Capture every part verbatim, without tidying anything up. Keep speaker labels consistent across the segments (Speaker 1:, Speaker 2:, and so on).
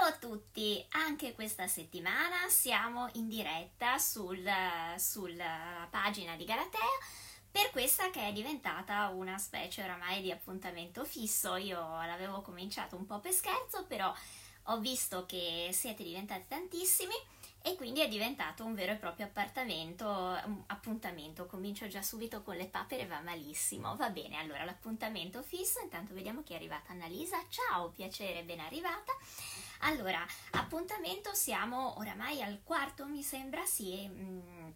Speaker 1: a tutti, anche questa settimana siamo in diretta sul, sulla pagina di Galatea per questa che è diventata una specie oramai di appuntamento fisso. Io l'avevo cominciato un po' per scherzo, però ho visto che siete diventati tantissimi e quindi è diventato un vero e proprio appartamento, un appuntamento. Comincio già subito con le papere, va malissimo. Va bene, allora l'appuntamento fisso, intanto vediamo chi è arrivata. Annalisa, ciao, piacere, ben arrivata. Allora, appuntamento, siamo oramai al quarto, mi sembra, sì, mm,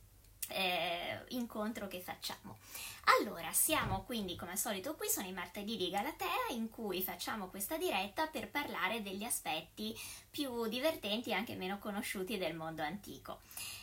Speaker 1: eh, incontro che facciamo. Allora, siamo quindi come al solito qui, sono i martedì di Galatea in cui facciamo questa diretta per parlare degli aspetti più divertenti e anche meno conosciuti del mondo antico.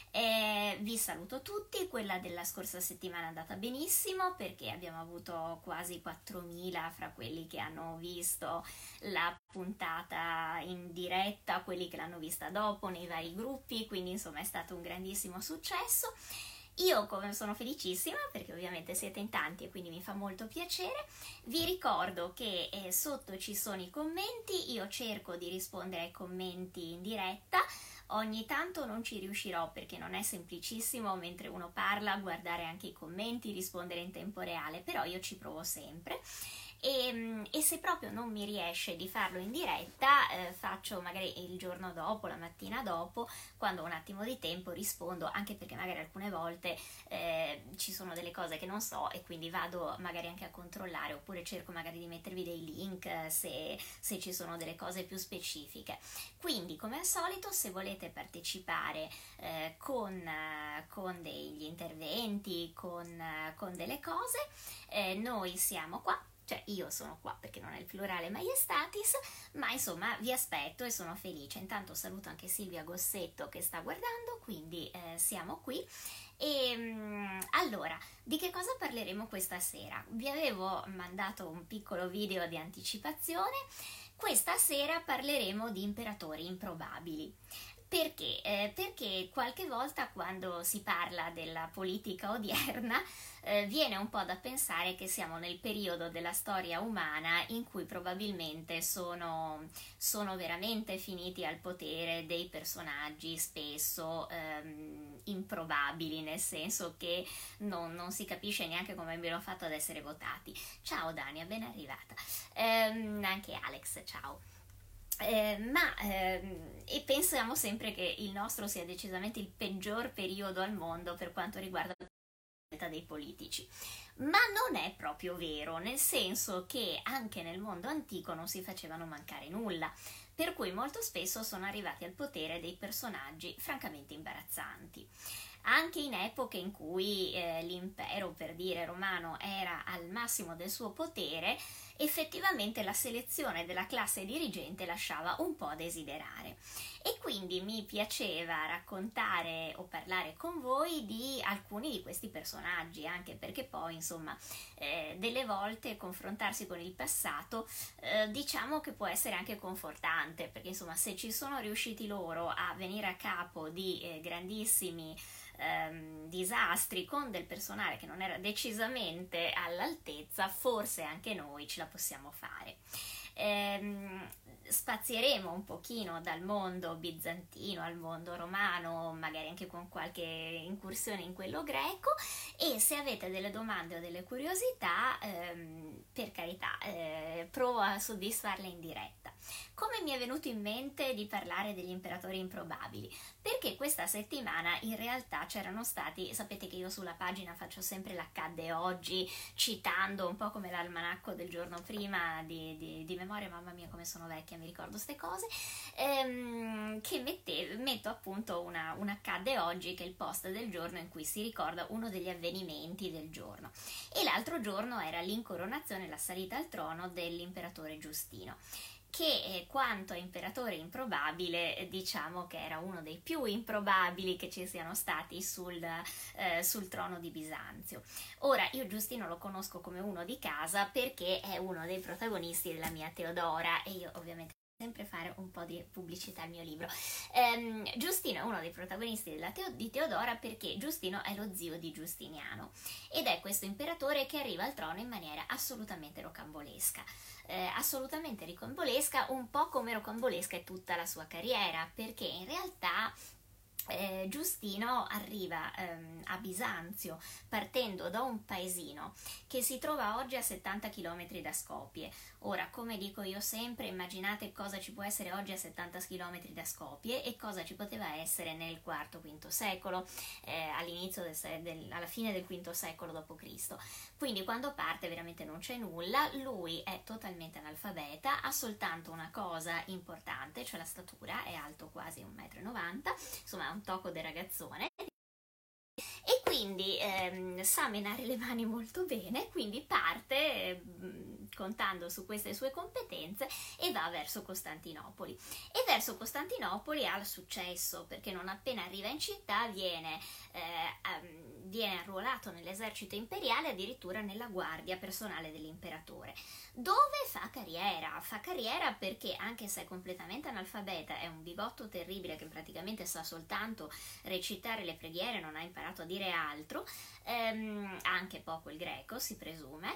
Speaker 1: Eh, vi saluto tutti, quella della scorsa settimana è andata benissimo perché abbiamo avuto quasi quattromila fra quelli che hanno visto la puntata in diretta, quelli che l'hanno vista dopo nei vari gruppi, quindi insomma è stato un grandissimo successo. Io come sono felicissima perché ovviamente siete in tanti e quindi mi fa molto piacere. Vi ricordo che eh, sotto ci sono i commenti, io cerco di rispondere ai commenti in diretta. Ogni tanto non ci riuscirò perché non è semplicissimo mentre uno parla guardare anche i commenti, rispondere in tempo reale, però io ci provo sempre. E, e se proprio non mi riesce di farlo in diretta, eh, faccio magari il giorno dopo, la mattina dopo, quando ho un attimo di tempo rispondo, anche perché magari alcune volte eh, ci sono delle cose che non so e quindi vado magari anche a controllare, oppure cerco magari di mettervi dei link eh, se, se ci sono delle cose più specifiche. Quindi come al solito, se volete partecipare eh, con, eh, con degli interventi, con, eh, con delle cose, eh, noi siamo qua. Cioè io sono qua perché non è il plurale maiestatis, ma insomma vi aspetto e sono felice. Intanto saluto anche Silvia Gossetto che sta guardando, quindi eh, siamo qui. E um, allora, di che cosa parleremo questa sera? Vi avevo mandato un piccolo video di anticipazione. Questa sera parleremo di imperatori improbabili. Perché? Eh, perché qualche volta quando si parla della politica odierna eh, viene un po' da pensare che siamo nel periodo della storia umana in cui probabilmente sono, sono veramente finiti al potere dei personaggi spesso ehm, improbabili, nel senso che non, non si capisce neanche come abbiano fatto ad essere votati. Ciao Dania, ben arrivata. Ehm, anche Alex, ciao. Eh, ma ehm, e pensiamo sempre che il nostro sia decisamente il peggior periodo al mondo per quanto riguarda la scelta dei politici, ma non è proprio vero, nel senso che anche nel mondo antico non si facevano mancare nulla, per cui molto spesso sono arrivati al potere dei personaggi francamente imbarazzanti. Anche in epoche in cui eh, l'impero, per dire, romano era al massimo del suo potere, effettivamente la selezione della classe dirigente lasciava un po' a desiderare. E quindi mi piaceva raccontare o parlare con voi di alcuni di questi personaggi, anche perché poi, insomma, eh, delle volte confrontarsi con il passato, eh, diciamo che può essere anche confortante, perché insomma, se ci sono riusciti loro a venire a capo di eh, grandissimi Ehm, disastri con del personale che non era decisamente all'altezza, forse anche noi ce la possiamo fare. Ehm, spazieremo un pochino dal mondo bizantino al mondo romano, magari anche con qualche incursione in quello greco, e se avete delle domande o delle curiosità, ehm, per carità, eh, provo a soddisfarle in diretta. Come mi è venuto in mente di parlare degli imperatori improbabili? Perché questa settimana in realtà c'erano stati, sapete che io sulla pagina faccio sempre l'accadde oggi, citando un po' come l'almanacco del giorno prima di, di, di memoria, mamma mia come sono vecchia, mi ricordo ste cose, ehm, che mette, metto appunto una, un accadde oggi, che è il post del giorno in cui si ricorda uno degli avvenimenti del giorno. E l'altro giorno era l'incoronazione, la salita al trono dell'imperatore Giustino, che eh, quanto imperatore improbabile, eh, diciamo che era uno dei più improbabili che ci siano stati sul, eh, sul trono di Bisanzio. Ora, io Giustino lo conosco come uno di casa perché è uno dei protagonisti della mia Teodora e io ovviamente sempre fare un po' di pubblicità al mio libro. Ehm, Giustino è uno dei protagonisti della Teo- di Teodora perché Giustino è lo zio di Giustiniano ed è questo imperatore che arriva al trono in maniera assolutamente rocambolesca. Eh, assolutamente rocambolesca, un po' come rocambolesca è tutta la sua carriera, perché in realtà eh, Giustino arriva ehm, a Bisanzio partendo da un paesino che si trova oggi a settanta chilometri da Skopje. Ora, come dico io sempre, immaginate cosa ci può essere oggi a settanta chilometri da Skopje e cosa ci poteva essere nel quarto-quinto secolo, eh, all'inizio del, del, alla fine del quinto secolo dopo Cristo. Quindi quando parte veramente non c'è nulla, lui è totalmente analfabeta, ha soltanto una cosa importante, cioè la statura, è alto quasi un metro e novanta, insomma è un tocco de ragazzone. E quindi ehm, sa menare le mani molto bene, quindi parte eh, contando su queste sue competenze e va verso Costantinopoli. E verso Costantinopoli ha il successo, perché non appena arriva in città viene, eh, um, viene arruolato nell'esercito imperiale, addirittura nella guardia personale dell'imperatore, dove fa carriera. Fa carriera perché, anche se è completamente analfabeta, è un bigotto terribile che praticamente sa soltanto recitare le preghiere, non ha imparato a dire altro, ehm, anche poco il greco si presume,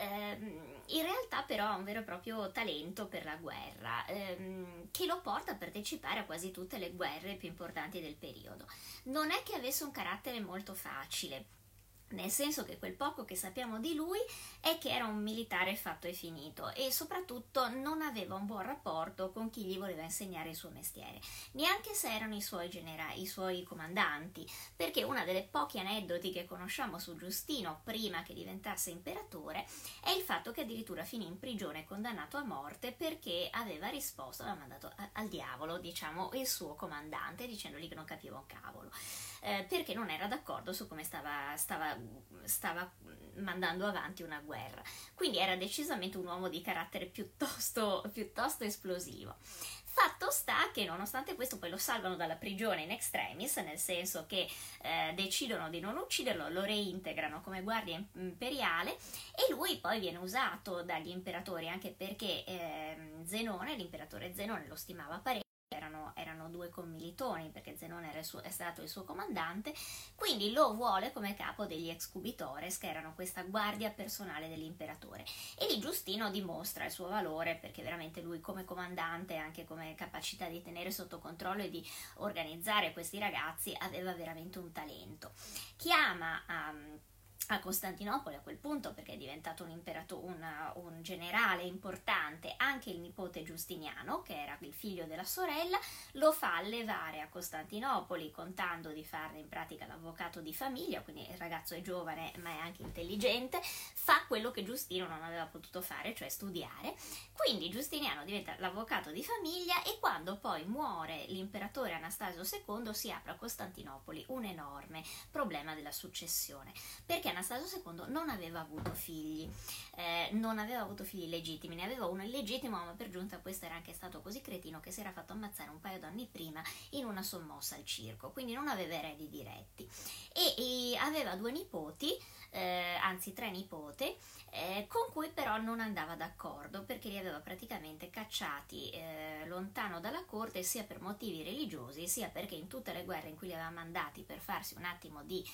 Speaker 1: ehm, in realtà però ha un vero e proprio talento per la guerra, ehm, che lo porta a partecipare a quasi tutte le guerre più importanti del periodo. Non è che avesse un carattere molto facile, nel senso che quel poco che sappiamo di lui è che era un militare fatto e finito e soprattutto non aveva un buon rapporto con chi gli voleva insegnare il suo mestiere, neanche se erano i suoi generali, i suoi comandanti, perché una delle pochi aneddoti che conosciamo su Giustino prima che diventasse imperatore è il fatto che addirittura finì in prigione condannato a morte perché aveva risposto, aveva mandato a, al diavolo, diciamo, il suo comandante, dicendogli che non capiva un cavolo. Eh, perché non era d'accordo su come stava, stava, stava mandando avanti una guerra. Quindi era decisamente un uomo di carattere piuttosto, piuttosto esplosivo. Fatto sta che nonostante questo poi lo salvano dalla prigione in extremis, nel senso che eh, decidono di non ucciderlo, lo reintegrano come guardia imperiale e lui poi viene usato dagli imperatori, anche perché eh, Zenone, l'imperatore Zenone, lo stimava parecchio. Erano, erano due commilitoni perché Zenone era il suo, è stato il suo comandante, quindi lo vuole come capo degli excubitores, che erano questa guardia personale dell'imperatore, e lì Giustino dimostra il suo valore perché veramente lui come comandante, anche come capacità di tenere sotto controllo e di organizzare questi ragazzi, aveva veramente un talento. Chiama um, a Costantinopoli a quel punto, perché è diventato un, imperato, una, un generale importante, anche il nipote Giustiniano, che era il figlio della sorella, lo fa allevare a Costantinopoli contando di farne in pratica l'avvocato di famiglia, quindi il ragazzo è giovane ma è anche intelligente, fa quello che Giustino non aveva potuto fare, cioè studiare. Quindi Giustiniano diventa l'avvocato di famiglia e quando poi muore l'imperatore Anastasio secondo si apre a Costantinopoli un enorme problema della successione, perché Anastasio secondo non aveva avuto figli, eh, non aveva avuto figli legittimi, ne aveva uno illegittimo, ma per giunta questo era anche stato così cretino che si era fatto ammazzare un paio d'anni prima in una sommossa al circo, quindi non aveva eredi diretti e, e aveva due nipoti, eh, anzi tre nipoti, eh, con cui però non andava d'accordo perché li aveva praticamente cacciati eh, lontano dalla corte, sia per motivi religiosi sia perché in tutte le guerre in cui li aveva mandati per farsi un attimo di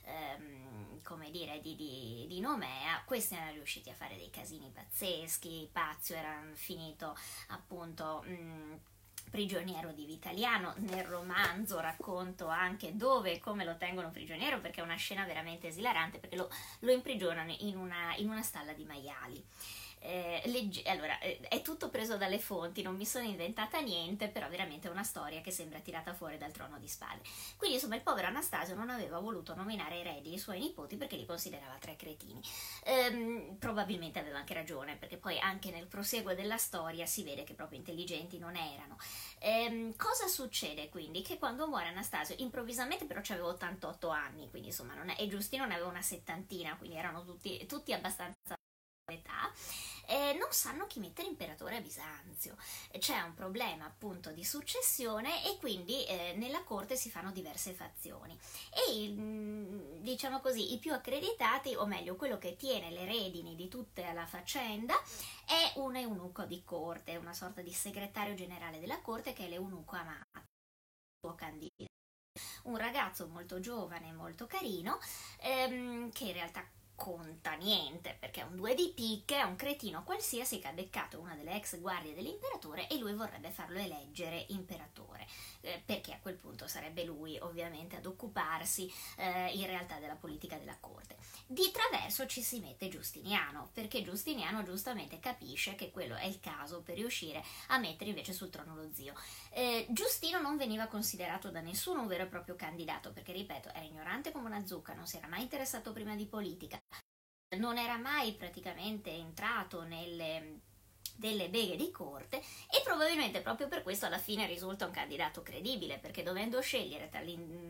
Speaker 1: Ehm, come dire di, di, di nomea, questi erano riusciti a fare dei casini pazzeschi. Pazio era finito appunto mh, prigioniero di Vitaliano. Nel romanzo racconto anche dove e come lo tengono prigioniero, perché è una scena veramente esilarante, perché lo, lo imprigionano in una, in una stalla di maiali. Eh, legge- allora, eh, è tutto preso dalle fonti, non mi sono inventata niente, però veramente è una storia che sembra tirata fuori dal Trono di Spade. Quindi insomma il povero Anastasio non aveva voluto nominare eredi i suoi nipoti perché li considerava tre cretini. Ehm, probabilmente aveva anche ragione, perché poi anche nel proseguo della storia si vede che proprio intelligenti non erano. Ehm, cosa succede quindi? Che quando muore Anastasio, improvvisamente però aveva ottantotto anni, quindi insomma non è, e Giustino ne aveva una settantina, quindi erano tutti, tutti abbastanza età, eh, non sanno chi mettere imperatore a Bisanzio. C'è un problema appunto di successione e quindi eh, nella corte si fanno diverse fazioni e il, diciamo così, i più accreditati, o meglio quello che tiene le redini di tutta la faccenda, è un eunuco di corte, una sorta di segretario generale della corte che è l'eunuco Amato, suo candidato. Un ragazzo molto giovane, molto carino, ehm, che in realtà conta niente perché è un due di picche, è un cretino qualsiasi che ha beccato una delle ex guardie dell'imperatore e lui vorrebbe farlo eleggere imperatore, eh, perché a quel punto sarebbe lui ovviamente ad occuparsi eh, in realtà della politica della corte. Di traverso ci si mette Giustiniano, perché Giustiniano giustamente capisce che quello è il caso per riuscire a mettere invece sul trono lo zio. Eh, Giustino non veniva considerato da nessuno un vero e proprio candidato, perché ripeto, era ignorante come una zucca, non si era mai interessato prima di politica, non era mai praticamente entrato nelle delle beghe di corte e probabilmente proprio per questo alla fine risulta un candidato credibile, perché dovendo scegliere tra,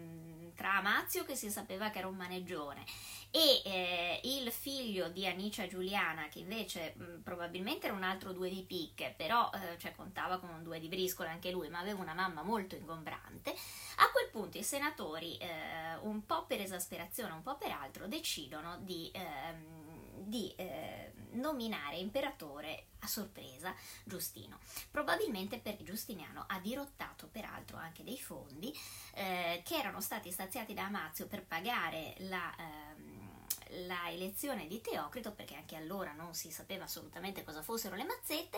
Speaker 1: tra Amazio, che si sapeva che era un maneggione, e eh, il figlio di Anicia Giuliana, che invece mh, probabilmente era un altro due di picche, però eh, cioè, contava come un due di briscola anche lui, ma aveva una mamma molto ingombrante, a quel punto i senatori, eh, un po' per esasperazione, un po' per altro, decidono di, ehm, di eh, nominare imperatore a sorpresa Giustino, probabilmente perché Giustiniano ha dirottato peraltro anche dei fondi eh, che erano stati staziati da Amazio per pagare la, ehm, la elezione di Teocrito, perché anche allora non si sapeva assolutamente cosa fossero le mazzette.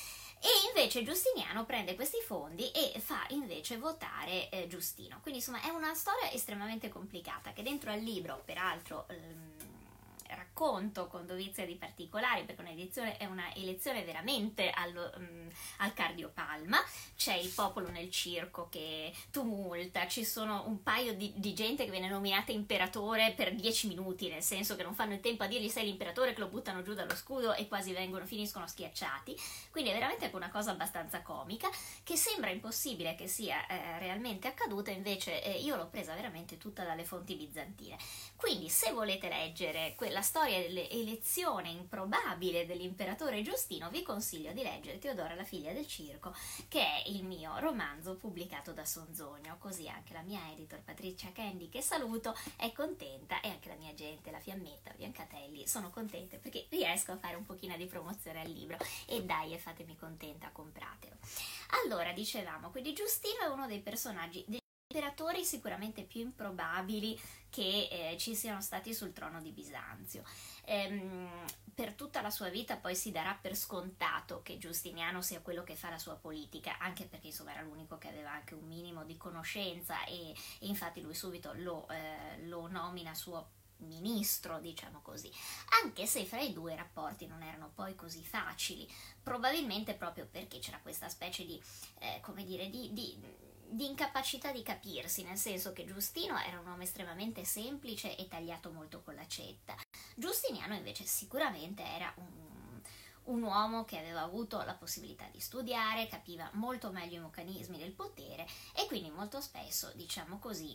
Speaker 1: E invece Giustiniano prende questi fondi e fa invece votare eh, Giustino. Quindi insomma è una storia estremamente complicata che dentro al libro, peraltro, ehm, racconto con dovizia di particolari, perché un'edizione è una elezione veramente allo, um, al cardiopalma. C'è il popolo nel circo che tumulta, ci sono un paio di, di gente che viene nominata imperatore per dieci minuti, nel senso che non fanno il tempo a dirgli sei l'imperatore, che lo buttano giù dallo scudo e quasi vengono, finiscono schiacciati. Quindi è veramente una cosa abbastanza comica, che sembra impossibile che sia eh, realmente accaduta, invece eh, io l'ho presa veramente tutta dalle fonti bizantine. Quindi se volete leggere quella storia dell'elezione improbabile dell'imperatore Giustino, vi consiglio di leggere Teodora la figlia del circo, che è il mio romanzo pubblicato da Sonzogno. Così anche la mia editor Patrizia Candy, che saluto, è contenta, e anche la mia gente, la Fiammetta, Biancatelli, sono contente perché riesco a fare un pochino di promozione al libro. E dai, e fatemi contenta, compratelo. Allora, dicevamo, quindi Giustino è uno dei personaggi, degli imperatori sicuramente più improbabili che eh, ci siano stati sul trono di Bisanzio. Ehm, per tutta la sua vita poi si darà per scontato che Giustiniano sia quello che fa la sua politica, anche perché insomma era l'unico che aveva anche un minimo di conoscenza e, e infatti lui subito lo, eh, lo nomina suo ministro, diciamo così, anche se fra i due i rapporti non erano poi così facili, probabilmente proprio perché c'era questa specie di, eh, come dire, di, di di incapacità di capirsi, nel senso che Giustino era un uomo estremamente semplice e tagliato molto con l'accetta. Giustiniano invece sicuramente era un, un uomo che aveva avuto la possibilità di studiare, capiva molto meglio i meccanismi del potere e quindi molto spesso, diciamo così,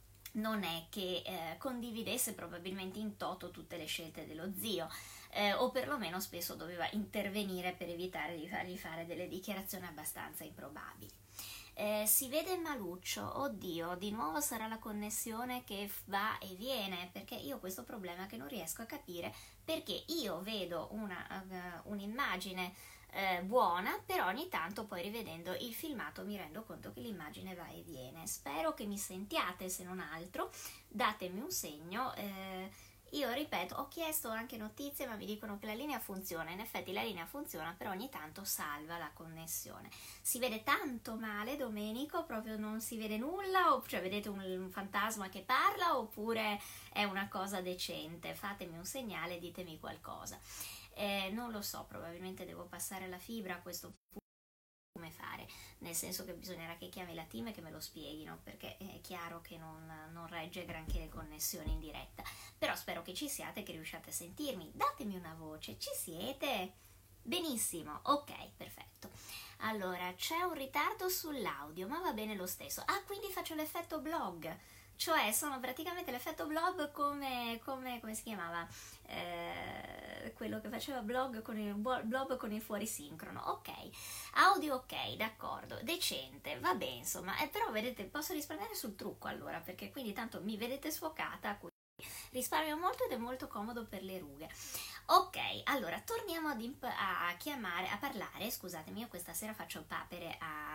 Speaker 1: non è che eh, condividesse probabilmente in toto tutte le scelte dello zio, eh, o perlomeno spesso doveva intervenire per evitare di fargli fare delle dichiarazioni abbastanza improbabili. Eh, si vede Maluccio, oddio, di nuovo sarà la connessione che va e viene, perché io ho questo problema che non riesco a capire, perché io vedo una, uh, un'immagine uh, buona, però ogni tanto poi rivedendo il filmato mi rendo conto che l'immagine va e viene. Spero che mi sentiate, se non altro, datemi un segno. eh, Io ripeto, ho chiesto anche notizie, ma mi dicono che la linea funziona. In effetti la linea funziona, però ogni tanto salva la connessione. Si vede tanto male, Domenico, proprio non si vede nulla, o cioè vedete un, un fantasma che parla, oppure è una cosa decente? Fatemi un segnale, ditemi qualcosa. Eh, non lo so, probabilmente devo passare la fibra a questo punto. Come fare, nel senso che bisognerà che chiami la team e che me lo spieghino, perché è chiaro che non, non regge granché le connessioni in diretta, però spero che ci siate, che riusciate a sentirmi. Datemi una voce, ci siete? Benissimo, ok, perfetto. Allora, c'è un ritardo sull'audio, ma va bene lo stesso. Ah, quindi faccio l'effetto blog. cioè sono praticamente l'effetto blob come, come, come si chiamava? Eh, quello che faceva blog con il blob con il fuori sincrono. Ok, audio ok, d'accordo, decente, va bene, insomma, eh, però vedete, posso risparmiare sul trucco allora, perché quindi tanto mi vedete sfocata, quindi risparmio molto ed è molto comodo per le rughe. Ok, allora torniamo ad imp- a chiamare, a parlare, scusatemi, io questa sera faccio papere a,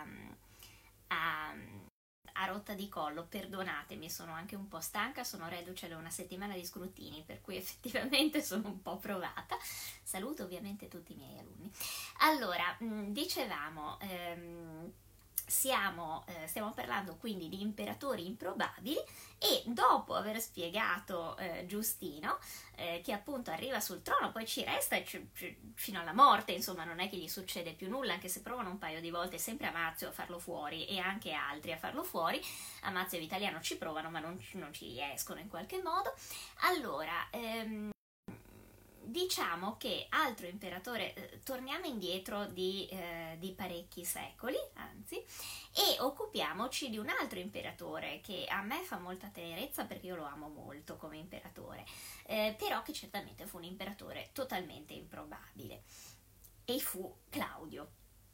Speaker 1: a, a rotta di collo, perdonatemi, sono anche un po' stanca, sono reduce da una settimana di scrutini, per cui effettivamente sono un po' provata. Saluto ovviamente tutti i miei alunni. Allora, dicevamo... Ehm, Siamo, eh, stiamo parlando quindi di imperatori improbabili e dopo aver spiegato eh, Giustino eh, che appunto arriva sul trono, poi ci resta c- c- fino alla morte, insomma non è che gli succede più nulla, anche se provano un paio di volte sempre Amazio a farlo fuori e anche altri a farlo fuori. Amazio e Vitaliano ci provano ma non, non ci riescono in qualche modo. Allora, ehm, diciamo che altro imperatore, eh, torniamo indietro di, eh, di parecchi secoli, anzi, e occupiamoci di un altro imperatore che a me fa molta tenerezza perché io lo amo molto come imperatore, eh, però che certamente fu un imperatore totalmente improbabile, e fu Claudio.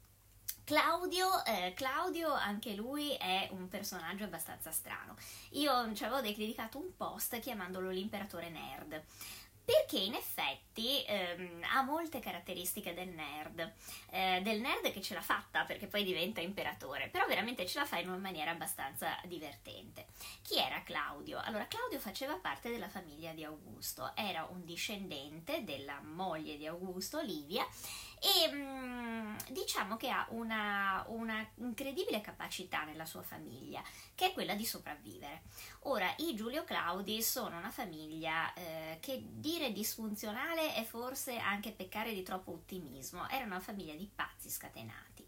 Speaker 1: Claudio, eh, Claudio anche lui è un personaggio abbastanza strano. Io ci avevo dedicato un post chiamandolo l'imperatore nerd, perché in effetti ehm, ha molte caratteristiche del nerd, eh, del nerd che ce l'ha fatta perché poi diventa imperatore, però veramente ce la fa in una maniera abbastanza divertente. Chi era Claudio? Allora, Claudio faceva parte della famiglia di Augusto, era un discendente della moglie di Augusto, Livia, e mh, diciamo che ha una, una incredibile capacità nella sua famiglia, che è quella di sopravvivere. Ora, i Giulio Claudi sono una famiglia eh, che dire disfunzionale è forse anche peccare di troppo ottimismo, era una famiglia di pazzi scatenati.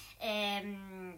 Speaker 1: Ehm,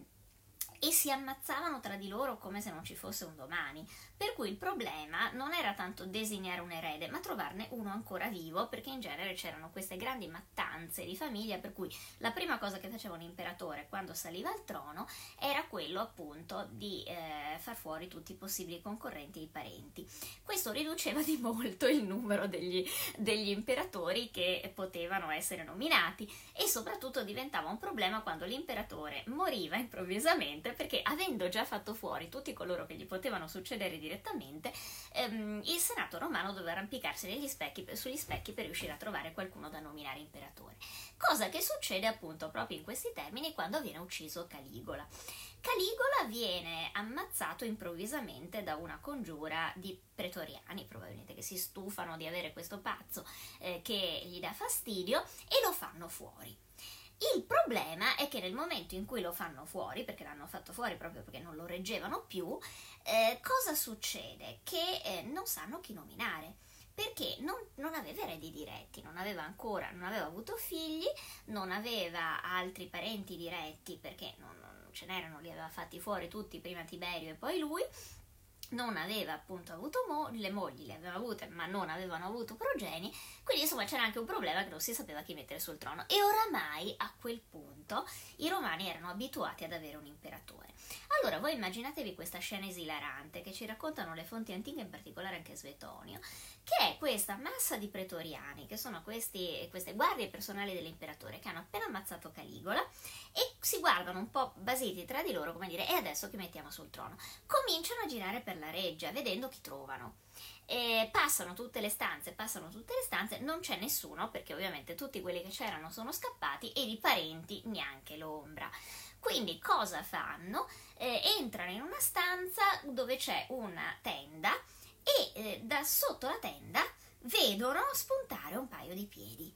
Speaker 1: e si ammazzavano tra di loro come se non ci fosse un domani, per cui il problema non era tanto designare un erede, ma trovarne uno ancora vivo, perché in genere c'erano queste grandi mattanze di famiglia, per cui la prima cosa che faceva un imperatore quando saliva al trono era quello appunto di eh, far fuori tutti i possibili concorrenti e i parenti. Questo riduceva di molto il numero degli, degli imperatori che potevano essere nominati, e soprattutto diventava un problema quando l'imperatore moriva improvvisamente, perché avendo già fatto fuori tutti coloro che gli potevano succedere direttamente, ehm, il Senato romano doveva arrampicarsi negli specchi, sugli specchi per riuscire a trovare qualcuno da nominare imperatore, cosa che succede appunto proprio in questi termini quando viene ucciso Caligola. Caligola viene ammazzato improvvisamente da una congiura di pretoriani, probabilmente, che si stufano di avere questo pazzo eh, che gli dà fastidio, e lo fanno fuori. Il problema è che nel momento in cui lo fanno fuori, perché l'hanno fatto fuori proprio perché non lo reggevano più, eh, cosa succede? Che eh, non sanno chi nominare, perché non, non aveva eredi diretti, non aveva ancora, non aveva avuto figli, non aveva altri parenti diretti, perché non, non ce n'erano, li aveva fatti fuori tutti, prima Tiberio e poi lui. Non aveva appunto avuto mo- le mogli, le aveva avute, ma non avevano avuto progenie, quindi insomma c'era anche un problema che non si sapeva chi mettere sul trono, e oramai a quel punto i romani erano abituati ad avere un imperatore. Allora voi immaginatevi questa scena esilarante che ci raccontano le fonti antiche, in particolare anche Svetonio, che è questa massa di pretoriani, che sono questi, queste guardie personali dell'imperatore, che hanno appena ammazzato Caligola e si guardano un po' basiti tra di loro, come dire, e adesso chi mettiamo sul trono? Cominciano a girare per la reggia vedendo chi trovano. E passano tutte le stanze, passano tutte le stanze, non c'è nessuno, perché ovviamente tutti quelli che c'erano sono scappati, e di parenti neanche l'ombra. Quindi cosa fanno? Eh, entrano in una stanza dove c'è una tenda, e eh, da sotto la tenda vedono spuntare un paio di piedi.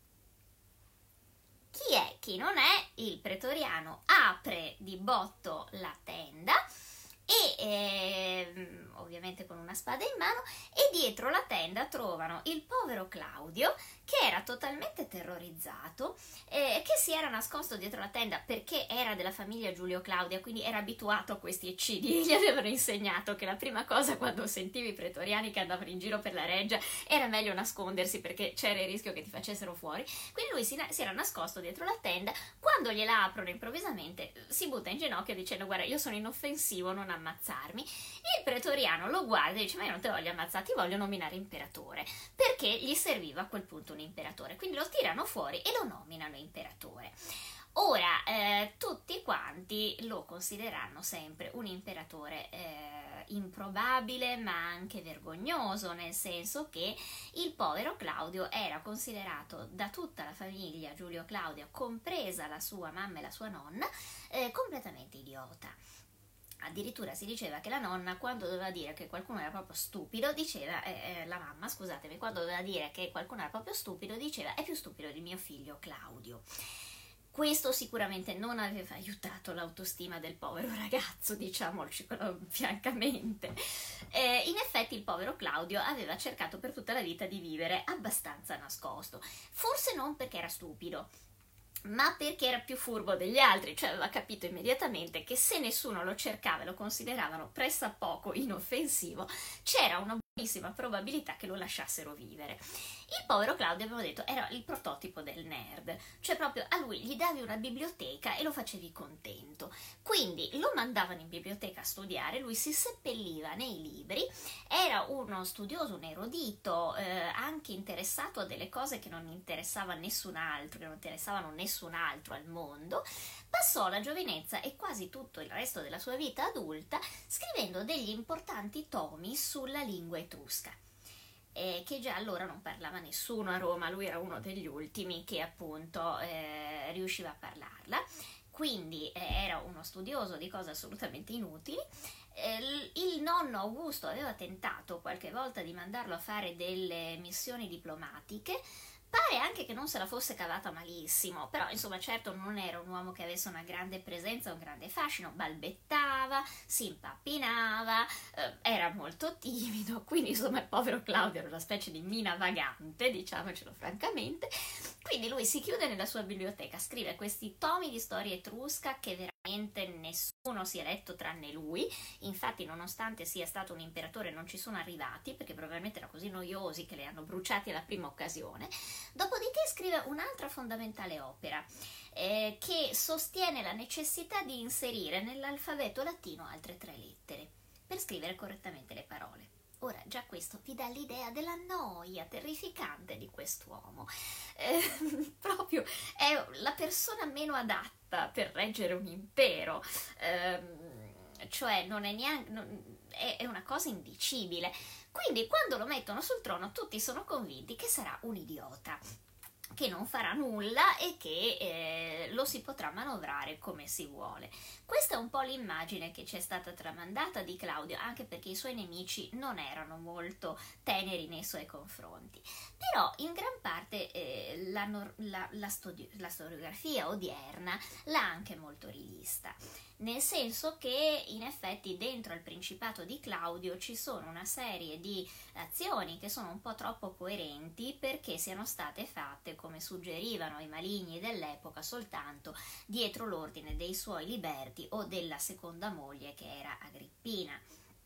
Speaker 1: Chi è? Chi non è? Il pretoriano apre di botto la tenda e eh, ovviamente con una spada in mano, e dietro la tenda trovano il povero Claudio, che era totalmente terrorizzato, eh, che si era nascosto dietro la tenda perché era della famiglia Giulio Claudia, quindi era abituato a questi eccidi. Gli avevano insegnato che la prima cosa, quando sentivi i pretoriani che andavano in giro per la reggia, era meglio nascondersi perché c'era il rischio che ti facessero fuori. Quindi lui si, si era nascosto dietro la tenda. Quando gliela aprono improvvisamente si butta in ginocchio dicendo: guarda, io sono inoffensivo, non ammazzate. ammazzarmi. Il pretoriano lo guarda e dice: ma io non te voglio ammazzare, ti voglio nominare imperatore, perché gli serviva a quel punto un imperatore. Quindi lo tirano fuori e lo nominano imperatore. Ora, eh, tutti quanti lo consideranno sempre un imperatore eh, improbabile, ma anche vergognoso, nel senso che il povero Claudio era considerato da tutta la famiglia Giulio Claudio, compresa la sua mamma e la sua nonna, eh, completamente idiota. Addirittura si diceva che la nonna, quando doveva dire che qualcuno era proprio stupido, diceva, eh, eh, la mamma, scusatemi, quando doveva dire che qualcuno era proprio stupido, diceva: è più stupido di mio figlio Claudio. Questo sicuramente non aveva aiutato l'autostima del povero ragazzo, diciamoci francamente. Eh, in effetti il povero Claudio aveva cercato per tutta la vita di vivere abbastanza nascosto, forse non perché era stupido, ma perché era più furbo degli altri, cioè aveva capito immediatamente che se nessuno lo cercava e lo consideravano pressappoco inoffensivo, c'era una buonissima probabilità che lo lasciassero vivere. Il povero Claudio, abbiamo detto, era il prototipo del nerd, cioè proprio a lui gli davi una biblioteca e lo facevi contento, quindi lo mandavano in biblioteca a studiare, lui si seppelliva nei libri, era uno studioso, un erudito, eh, anche interessato a delle cose che non interessava nessun altro, che non interessavano nessun altro al mondo. Passò la giovinezza e quasi tutto il resto della sua vita adulta scrivendo degli importanti tomi sulla lingua etrusca, eh, che già allora non parlava nessuno a Roma, lui era uno degli ultimi che appunto eh, riusciva a parlarla, quindi eh, era uno studioso di cose assolutamente inutili. Eh, il nonno Augusto aveva tentato qualche volta di mandarlo a fare delle missioni diplomatiche. Pare anche che non se la fosse cavata malissimo, però insomma certo non era un uomo che avesse una grande presenza, un grande fascino, balbettava, si impappinava, eh, era molto timido, quindi insomma il povero Claudio era una specie di mina vagante, diciamocelo francamente. Quindi lui si chiude nella sua biblioteca, scrive questi tomi di storia etrusca che veramente nessuno si è letto tranne lui, infatti nonostante sia stato un imperatore non ci sono arrivati perché probabilmente erano così noiosi che li hanno bruciati alla prima occasione. Dopodiché scrive un'altra fondamentale opera eh, che sostiene la necessità di inserire nell'alfabeto latino altre tre lettere per scrivere correttamente le parole. Ora, già questo vi dà l'idea della noia terrificante di quest'uomo. Eh, proprio è la persona meno adatta per reggere un impero. Eh, cioè, non è neanche... Non, è, è una cosa indicibile. Quindi, quando lo mettono sul trono, tutti sono convinti che sarà un idiota, che non farà nulla e che eh, lo si potrà manovrare come si vuole. Questa è un po' l'immagine che ci è stata tramandata di Claudio, anche perché i suoi nemici non erano molto teneri nei suoi confronti. Però in gran parte eh, la, la, la, studi- la storiografia odierna l'ha anche molto rivista, nel senso che in effetti dentro al Principato di Claudio ci sono una serie di azioni che sono un po' troppo coerenti perché siano state fatte, come suggerivano i maligni dell'epoca, soltanto dietro l'ordine dei suoi liberti o della seconda moglie, che era Agrippina.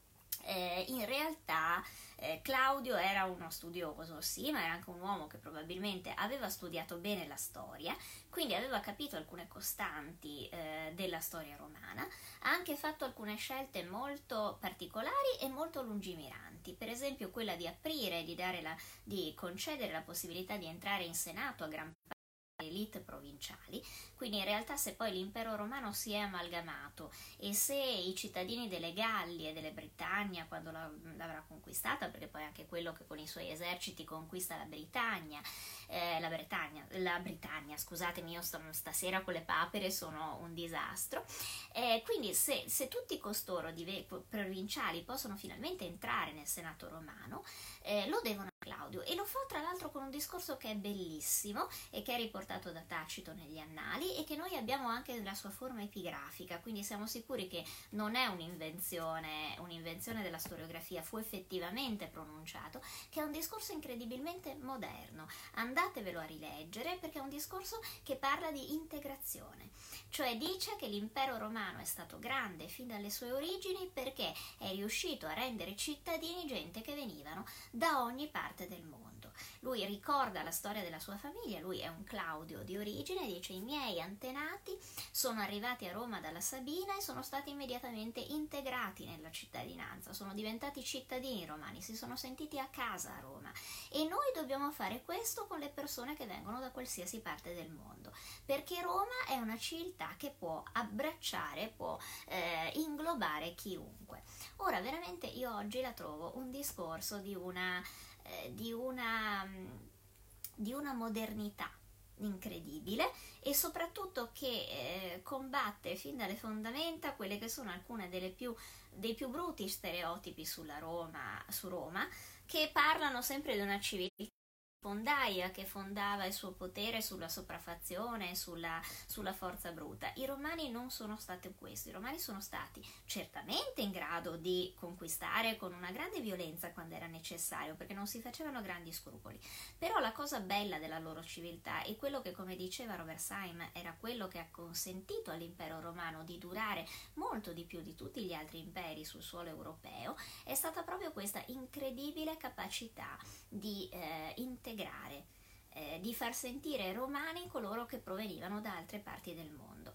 Speaker 1: Eh, in realtà eh, Claudio era uno studioso, sì, ma era anche un uomo che probabilmente aveva studiato bene la storia, quindi aveva capito alcune costanti eh, della storia romana, ha anche fatto alcune scelte molto particolari e molto lungimiranti, per esempio quella di aprire, di, dare la, di concedere la possibilità di entrare in Senato a gran parte elite provinciali. Quindi in realtà se poi l'impero romano si è amalgamato e se i cittadini delle Gallie e delle Britannia, quando la, l'avrà conquistata, perché poi anche quello che con i suoi eserciti conquista la Britannia, eh, la Britannia, la Britannia, scusatemi, io sto, stasera con le papere sono un disastro, eh, quindi se, se tutti costoro dive, provinciali possono finalmente entrare nel Senato romano, eh, lo devono a Claudio, e lo fa tra l'altro con un discorso che è bellissimo e che è riportato da Tacito negli Annali e che noi abbiamo anche nella sua forma epigrafica, quindi siamo sicuri che non è un'invenzione, un'invenzione della storiografia, fu effettivamente pronunciato, che è un discorso incredibilmente moderno. Andatevelo a rileggere perché è un discorso che parla di integrazione, cioè dice che l'impero romano è stato grande fin dalle sue origini perché è riuscito a rendere cittadini gente che venivano da ogni parte del mondo. appunto, lui ricorda la storia della sua famiglia, lui è un Claudio di origine, dice: i miei antenati sono arrivati a Roma dalla Sabina e sono stati immediatamente integrati nella cittadinanza, sono diventati cittadini romani, si sono sentiti a casa a Roma, e noi dobbiamo fare questo con le persone che vengono da qualsiasi parte del mondo, perché Roma è una civiltà che può abbracciare, può eh, inglobare chiunque. Ora veramente io oggi la trovo un discorso di una eh, di una di una modernità incredibile, e soprattutto che eh, combatte fin dalle fondamenta quelle che sono alcune delle più dei più bruti stereotipi sulla Roma, su Roma, che parlano sempre di una civiltà fondaia che fondava il suo potere sulla sopraffazione, sulla, sulla forza bruta. I romani non sono stati questo, i romani sono stati certamente in grado di conquistare con una grande violenza quando era necessario, perché non si facevano grandi scrupoli, però la cosa bella della loro civiltà, e quello che, come diceva Robert Syme, era quello che ha consentito all'impero romano di durare molto di più di tutti gli altri imperi sul suolo europeo, è stata proprio questa incredibile capacità di eh, integrare, eh, di far sentire romani coloro che provenivano da altre parti del mondo.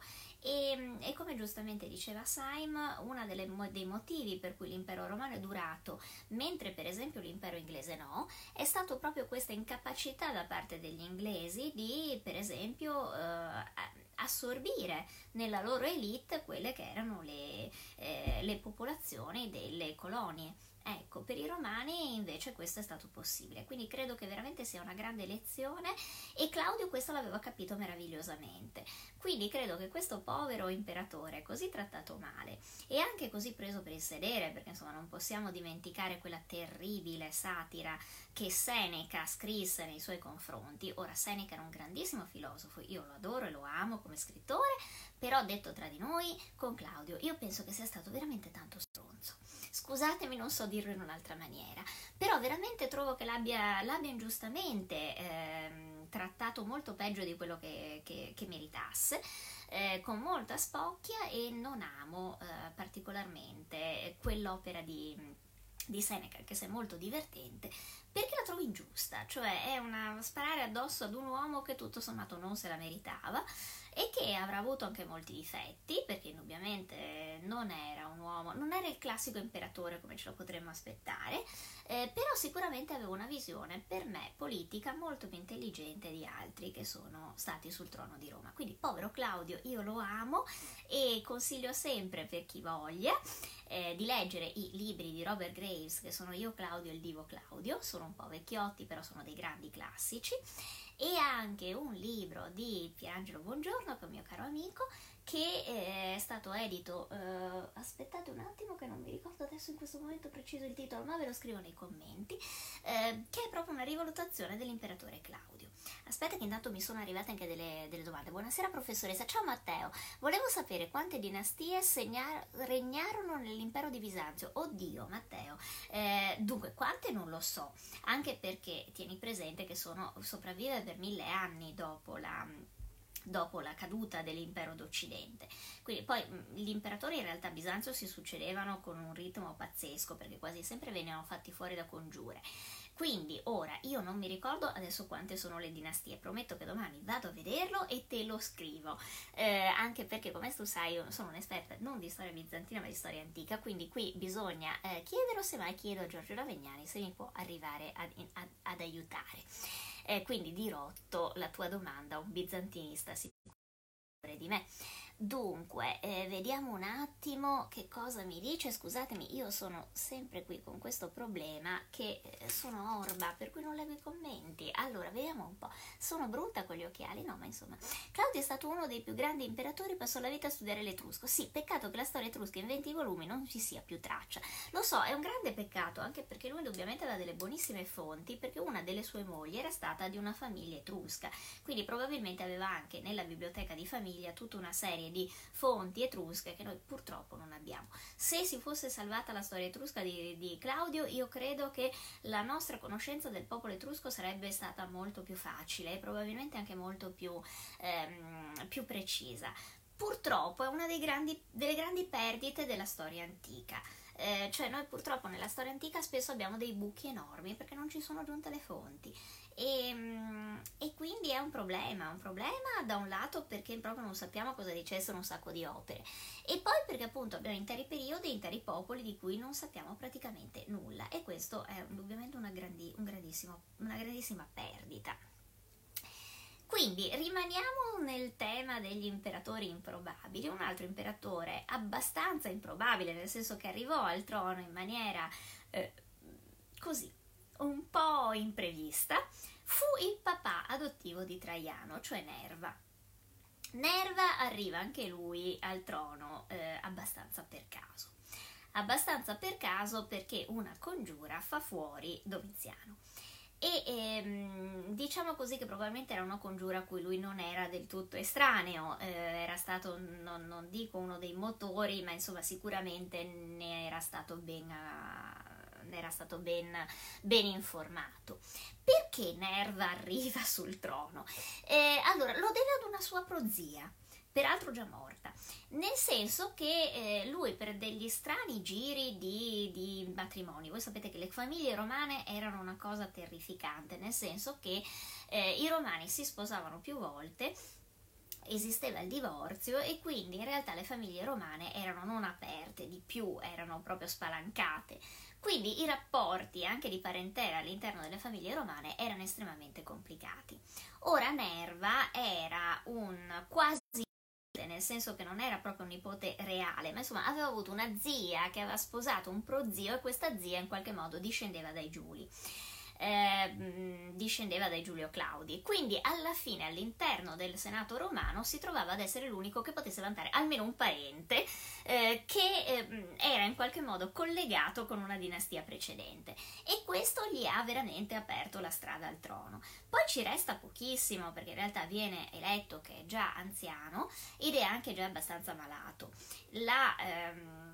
Speaker 1: E, e come giustamente diceva Syme, uno dei motivi per cui l'impero romano è durato, mentre per esempio l'impero inglese no, è stato proprio questa incapacità da parte degli inglesi di, per esempio, eh, assorbire nella loro elite quelle che erano le, eh, le popolazioni delle colonie. Ecco, per i romani invece questo è stato possibile, quindi credo che veramente sia una grande lezione, e Claudio questo l'aveva capito meravigliosamente. Quindi credo che questo povero imperatore, così trattato male e anche così preso per il sedere, perché insomma non possiamo dimenticare quella terribile satira che Seneca scrisse nei suoi confronti. Ora, Seneca era un grandissimo filosofo, io lo adoro e lo amo come scrittore, però detto tra di noi, con Claudio io penso che sia stato veramente tanto stronzo. Scusatemi, non so dirlo in un'altra maniera, però veramente trovo che l'abbia, l'abbia ingiustamente ehm, trattato molto peggio di quello che, che, che meritasse, eh, con molta spocchia, e non amo eh, particolarmente quell'opera di, di Seneca, che è molto divertente, perché la trovo ingiusta, cioè è una sparare addosso ad un uomo che tutto sommato non se la meritava e che avrà avuto anche molti difetti, perché indubbiamente non era un uomo, non era il classico imperatore come ce lo potremmo aspettare, eh, però sicuramente aveva una visione, per me, politica molto più intelligente di altri che sono stati sul trono di Roma. Quindi povero Claudio, io lo amo e consiglio sempre, per chi voglia, eh, di leggere i libri di Robert Graves, che sono Io Claudio e il Divo Claudio, sono un po' vecchiotti però sono dei grandi classici, e anche un libro di Pierangelo Bongiorno, che è un mio caro amico, che è stato edito, eh, aspettate un attimo che non mi ricordo adesso in questo momento preciso il titolo, ma ve lo scrivo nei commenti, eh, che è proprio una rivalutazione dell'imperatore Claudio. Aspetta che intanto mi sono arrivate anche delle, delle domande. Buonasera professoressa, ciao Matteo, volevo sapere quante dinastie segnar- regnarono nell'impero di Bisanzio. Oddio Matteo, eh, dunque quante non lo so, anche perché tieni presente che sono sopravvive per mille anni dopo la dopo la caduta dell'impero d'Occidente. Quindi poi gli imperatori in realtà a Bisanzio si succedevano con un ritmo pazzesco, perché quasi sempre venivano fatti fuori da congiure. Quindi ora io non mi ricordo adesso quante sono le dinastie, prometto che domani vado a vederlo e te lo scrivo, eh, anche perché come tu sai io sono un'esperta non di storia bizantina ma di storia antica, quindi qui bisogna eh, chiederlo, semmai chiedo a Giorgio Lavegnani se mi può arrivare ad, ad, ad aiutare. Eh, quindi dirotto la tua domanda, un bizantinista sicuro di me. Dunque, eh, vediamo un attimo che cosa mi dice. Scusatemi, io sono sempre qui con questo problema che eh, sono orba, per cui non leggo i commenti. Allora, vediamo un po'. Sono brutta con gli occhiali? No, ma insomma. Claudio è stato uno dei più grandi imperatori, passò la vita a studiare l'etrusco. Sì, peccato che la storia etrusca in venti volumi non ci sia più traccia. Lo so, è un grande peccato, anche perché lui indubbiamente aveva delle buonissime fonti, perché una delle sue mogli era stata di una famiglia etrusca, quindi probabilmente aveva anche nella biblioteca di famiglia tutta una serie di fonti etrusche che noi purtroppo non abbiamo. Se si fosse salvata la storia etrusca di, di Claudio, io credo che la nostra conoscenza del popolo etrusco sarebbe stata molto più facile e probabilmente anche molto più, ehm, più precisa. purtroppo è una dei grandi, delle grandi perdite della storia antica. Eh, cioè noi purtroppo nella storia antica spesso abbiamo dei buchi enormi perché non ci sono giunte le fonti e, mm, e quindi è un problema, un problema da un lato perché proprio non sappiamo cosa dicessero un sacco di opere e poi perché appunto abbiamo interi periodi, interi popoli di cui non sappiamo praticamente nulla e questo è indubbiamente una, grandi, un grandissimo, una grandissima perdita. Quindi rimaniamo nel tema degli imperatori improbabili. Un altro imperatore abbastanza improbabile, nel senso che arrivò al trono in maniera eh, così, un po' imprevista, fu il papà adottivo di Traiano, cioè Nerva. Nerva arriva anche lui al trono eh, abbastanza per caso. Abbastanza per caso perché una congiura fa fuori Domiziano. E ehm, diciamo così che probabilmente era una congiura a cui lui non era del tutto estraneo, eh, era stato, non, non dico uno dei motori, ma insomma sicuramente ne era stato ben, uh, ne era stato ben, ben informato. Perché Nerva arriva sul trono? Eh, allora, lo deve ad una sua prozia, peraltro già morta, nel senso che eh, lui per degli strani giri di, di matrimoni, voi sapete che le famiglie romane erano una cosa terrificante, nel senso che eh, i romani si sposavano più volte, esisteva il divorzio e quindi in realtà le famiglie romane erano non aperte, di più erano proprio spalancate. Quindi i rapporti anche di parentela all'interno delle famiglie romane erano estremamente complicati. Ora Nerva era un quasi, nel senso che non era proprio un nipote reale, ma insomma aveva avuto una zia che aveva sposato un prozio e questa zia in qualche modo discendeva dai Giuli. Eh, discendeva dai Giulio Claudi, quindi alla fine all'interno del Senato romano si trovava ad essere l'unico che potesse vantare almeno un parente eh, che eh, era in qualche modo collegato con una dinastia precedente e questo gli ha veramente aperto la strada al trono. Poi ci resta pochissimo perché in realtà viene eletto che è già anziano ed è anche già abbastanza malato. La ehm,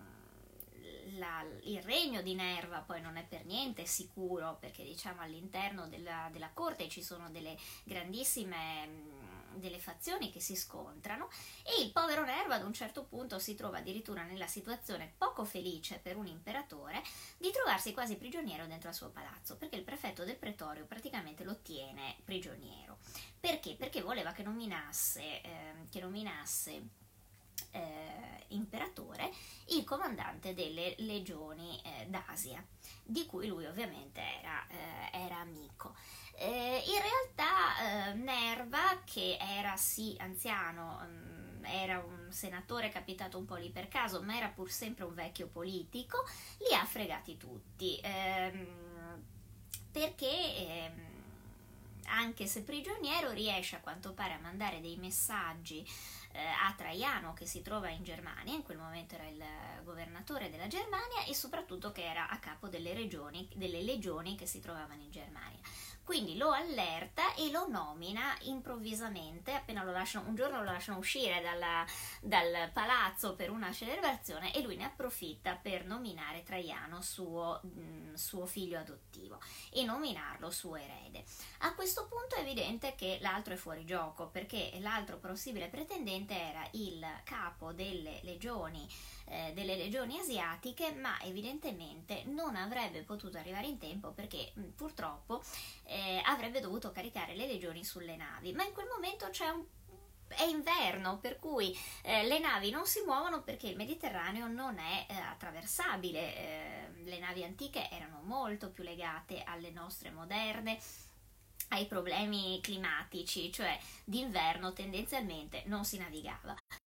Speaker 1: La, il regno di Nerva poi non è per niente sicuro perché diciamo all'interno della, della corte ci sono delle grandissime delle fazioni che si scontrano e il povero Nerva ad un certo punto si trova addirittura nella situazione poco felice per un imperatore di trovarsi quasi prigioniero dentro al suo palazzo perché il prefetto del pretorio praticamente lo tiene prigioniero. Perché? Perché voleva che nominasse eh, che nominasse Eh, imperatore il comandante delle legioni eh, d'Asia di cui lui ovviamente era, eh, era amico. Eh, in realtà eh, Nerva, che era sì anziano, mh, era un senatore capitato un po' lì per caso, ma era pur sempre un vecchio politico, li ha fregati tutti ehm, perché ehm, anche se prigioniero riesce a quanto pare a mandare dei messaggi a Traiano che si trova in Germania, in quel momento era il governatore della Germania e soprattutto che era a capo delle regioni, delle legioni che si trovavano in Germania. Quindi lo allerta e lo nomina improvvisamente, appena lo lasciano, un giorno lo lasciano uscire dalla, dal palazzo per una celebrazione e lui ne approfitta per nominare Traiano suo, mh, suo figlio adottivo e nominarlo suo erede. A questo punto è evidente che l'altro è fuori gioco perché l'altro possibile pretendente era il capo delle legioni eh, delle legioni asiatiche, ma evidentemente non avrebbe potuto arrivare in tempo perché mh, purtroppo eh, avrebbe dovuto caricare le legioni sulle navi, ma in quel momento c'è un è inverno, per cui eh, le navi non si muovono perché il Mediterraneo non è eh, attraversabile. Eh, le navi antiche erano molto più legate alle nostre moderne, ai problemi climatici, cioè d'inverno tendenzialmente non si navigava.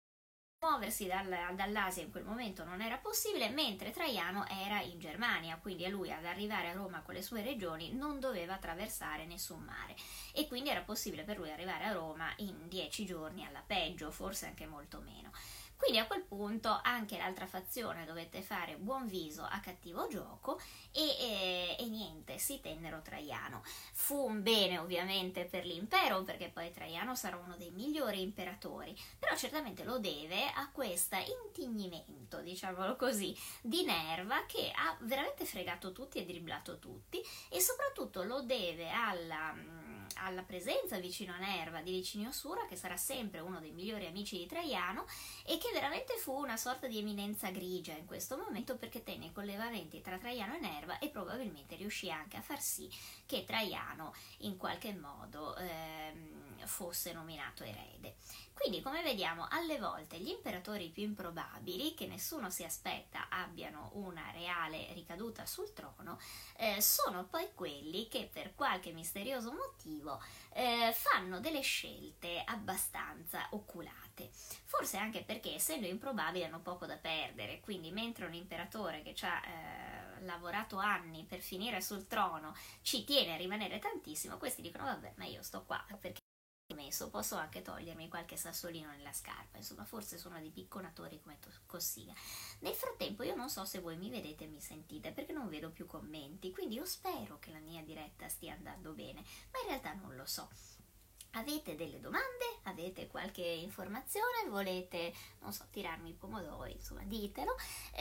Speaker 1: Muoversi dal, dall'Asia in quel momento non era possibile, mentre Traiano era in Germania, quindi a lui ad arrivare a Roma con le sue regioni non doveva attraversare nessun mare e quindi era possibile per lui arrivare a Roma in dieci giorni alla peggio, forse anche molto meno. Quindi a quel punto anche l'altra fazione dovette fare buon viso a cattivo gioco e, e, e niente, si tennero Traiano. Fu un bene ovviamente per l'impero perché poi Traiano sarà uno dei migliori imperatori, però certamente lo deve a questo intignimento, diciamolo così, di Nerva che ha veramente fregato tutti e dribblato tutti e soprattutto lo deve alla... alla presenza vicino a Nerva di Licinio Sura, che sarà sempre uno dei migliori amici di Traiano e che veramente fu una sorta di eminenza grigia in questo momento, perché tenne i collegamenti tra Traiano e Nerva e probabilmente riuscì anche a far sì che Traiano in qualche modo ehm, fosse nominato erede. Quindi, come vediamo, alle volte gli imperatori più improbabili, che nessuno si aspetta abbiano una reale ricaduta sul trono, eh, sono poi quelli che per qualche misterioso motivo eh, fanno delle scelte abbastanza oculate. Forse anche perché, essendo improbabili, hanno poco da perdere, quindi mentre un imperatore che ci ha eh, lavorato anni per finire sul trono ci tiene a rimanere tantissimo, questi dicono vabbè, ma io sto qua perché messo, posso anche togliermi qualche sassolino nella scarpa, insomma forse sono dei picconatori come Cossiga. Nel frattempo io non so se voi mi vedete e mi sentite, perché non vedo più commenti, quindi io spero che la mia diretta stia andando bene, ma in realtà non lo so. Avete delle domande? Avete qualche informazione? Volete, non so, tirarmi i pomodori? Insomma, ditelo.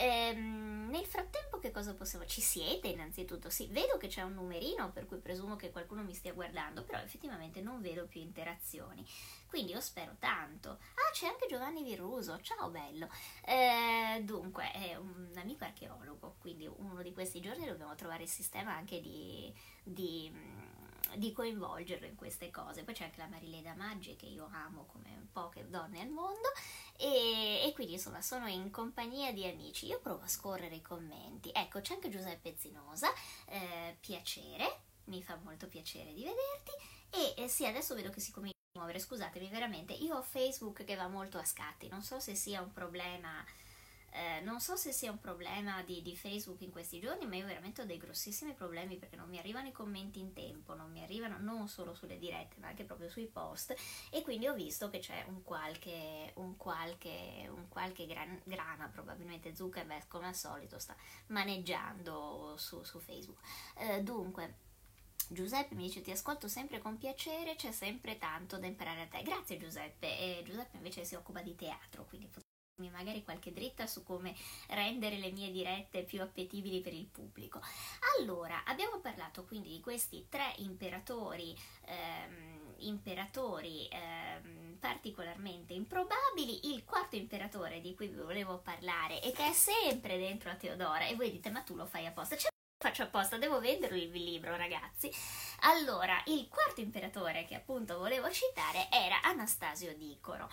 Speaker 1: Ehm, nel frattempo che cosa possiamo... Ci siete innanzitutto? Sì, vedo che c'è un numerino, per cui presumo che qualcuno mi stia guardando, però effettivamente non vedo più interazioni. Quindi io spero tanto. Ah, c'è anche Giovanni Virruso, ciao bello. Eh, dunque, è un amico archeologo, quindi uno di questi giorni dobbiamo trovare il sistema anche di... di di coinvolgerlo in queste cose. Poi c'è anche la Marilena Maggi, che io amo come poche donne al mondo, e, e quindi insomma sono in compagnia di amici. Io provo a scorrere i commenti. Ecco, c'è anche Giuseppe Zinosa, eh, piacere, mi fa molto piacere di vederti, e eh, sì, adesso vedo che si comincia a muovere. Scusatemi, veramente, io ho Facebook che va molto a scatti, non so se sia un problema Eh, non so se sia un problema di, di Facebook in questi giorni, ma io veramente ho dei grossissimi problemi perché non mi arrivano i commenti in tempo, non mi arrivano non solo sulle dirette ma anche proprio sui post, e quindi ho visto che c'è un qualche un qualche un qualche gran, grana, probabilmente Zuckerberg come al solito sta maneggiando su, su Facebook. Eh, dunque Giuseppe mi dice: ti ascolto sempre con piacere, c'è sempre tanto da imparare a te. Grazie Giuseppe. E Giuseppe invece si occupa di teatro, quindi magari qualche dritta su come rendere le mie dirette più appetibili per il pubblico. Allora, abbiamo parlato quindi di questi tre imperatori ehm, imperatori ehm, particolarmente improbabili. Il quarto imperatore di cui vi volevo parlare e che è sempre dentro a Teodora, e voi dite: ma tu lo fai apposta? Cioè, faccio apposta, devo vendervi il libro, ragazzi. Allora, il quarto imperatore che appunto volevo citare era Anastasio Dicoro,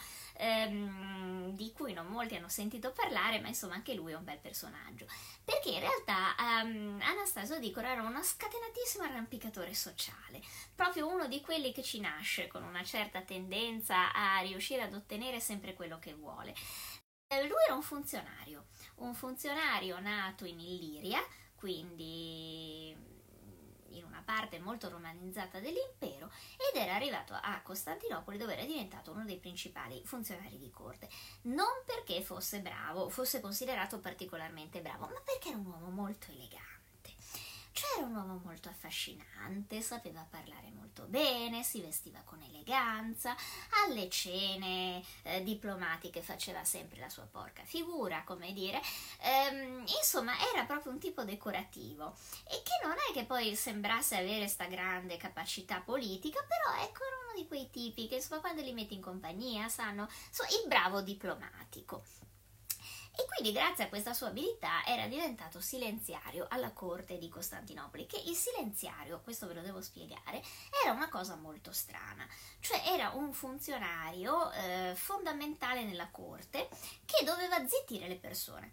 Speaker 1: ehm, di cui non molti hanno sentito parlare, ma insomma anche lui è un bel personaggio, perché in realtà um, Anastasio Dicoro era uno scatenatissimo arrampicatore sociale, proprio uno di quelli che ci nasce con una certa tendenza a riuscire ad ottenere sempre quello che vuole. Eh, lui era un funzionario, un funzionario nato in Illiria, quindi in una parte molto romanizzata dell'impero, ed era arrivato a Costantinopoli, dove era diventato uno dei principali funzionari di corte, non perché fosse bravo, fosse considerato particolarmente bravo, ma perché era un uomo molto elegante. Cioè era un uomo molto affascinante, sapeva parlare molto bene, si vestiva con eleganza, alle cene eh, diplomatiche faceva sempre la sua porca figura, come dire, ehm, insomma era proprio un tipo decorativo, e che non è che poi sembrasse avere sta grande capacità politica, però ecco, era uno di quei tipi che insomma quando li metti in compagnia sanno, insomma, il bravo diplomatico. E quindi grazie a questa sua abilità era diventato silenziario alla corte di Costantinopoli, che il silenziario, questo ve lo devo spiegare, era una cosa molto strana, cioè era un funzionario eh, fondamentale nella corte che doveva zittire le persone,